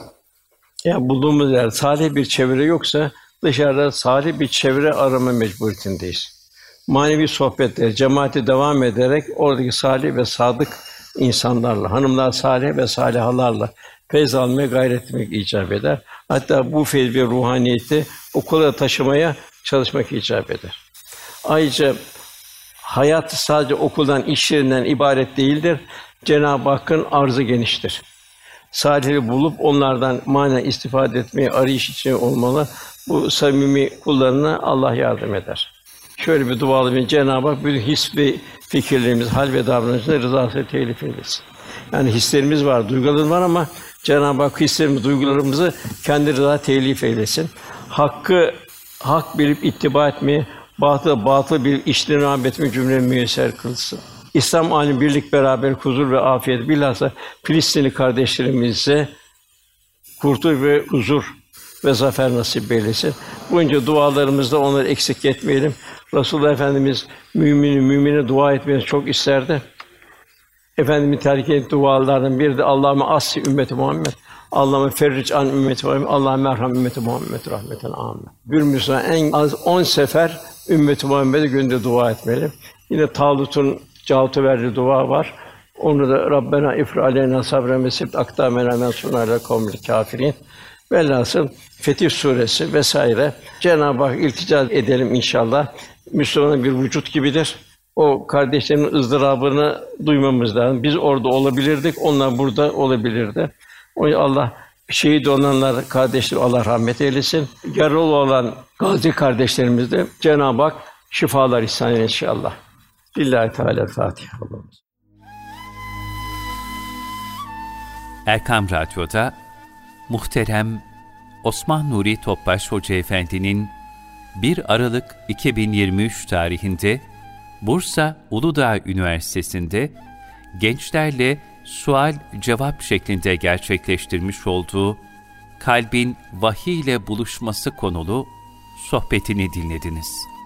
yani bulduğumuz yer salih bir çevre yoksa dışarıda salih bir çevre arama mecburiyetindeyiz. Manevi sohbetler, cemaate devam ederek oradaki salih ve sadık insanlarla, hanımlar salih ve salihalarla feyz almaya gayret etmek icap eder. Hatta bu feyz ve ruhaniyeti okula taşımaya çalışmak icap eder. Ayrıca hayat sadece okuldan, iş yerinden ibaret değildir. Cenab-ı Hakk'ın arzı geniştir. Salihleri bulup onlardan manen istifade etmeye arayış içinde olmalı. Bu samimi kullarına Allah yardım eder. Şöyle bir dualı bir Cenab-ı Hak bütün his ve fikirlerimiz, hal ve davranışlarımızı rızası telif eylesin. Yani hislerimiz var, duygularımız var ama Cenab-ı Hak hislerimizi, duygularımızı kendi rıza telif eylesin. Hakkı hak bilip ittiba etmeyi, batılı batıl bilip içtinab etmeyi cümle müyesser kılsın. İslam alemi birlik, beraberlik, huzur ve afiyet, bilhassa Filistinli kardeşlerimize kurtuluş ve huzur ve zafer nasip eylesin. Bunca dualarımızda onları eksik etmeyelim. Resulullah Efendimiz mümini mümine dua etmeyi çok isterdi. Efendimin terk ettiği dualardan biri de Allahümme assi ümmeti Muhammed. Allahümme ferric an ümmeti Muhammed. Allahümme merham ümmeti Muhammed rahmeten amin. Bir Müslüman en az on sefer ümmeti Muhammed'e günde dua etmeli. Yine Talut'un Calut'a verdiği dua var. Onu da Rabbena ifra aleyna sabren ve sibt akdamena men sunâle kavmil kâfirin. Velhasıl Fetih Suresi vesaire Cenab-ı Hak iltica edelim inşallah. Müslümanın bir vücut gibidir. O kardeşlerin ızdırabını duymamız lazım. Biz orada olabilirdik, onlar burada olabilirdi. O yüzden Allah şehit olanlar kardeşler Allah rahmet eylesin. Yaralı olan gazi kardeşlerimiz de Cenab-ı Hak şifalar ihsan eylesin inşallah. Lillahi Teala Fatiha. Erkam Radyo'da muhterem Osman Nuri Topbaş Hoca Efendi'nin bir Aralık iki bin yirmi üç tarihinde Bursa Uludağ Üniversitesi'nde gençlerle sual-cevap şeklinde gerçekleştirmiş olduğu Kalbin Vahiy ile Buluşması konulu sohbetini dinlediniz.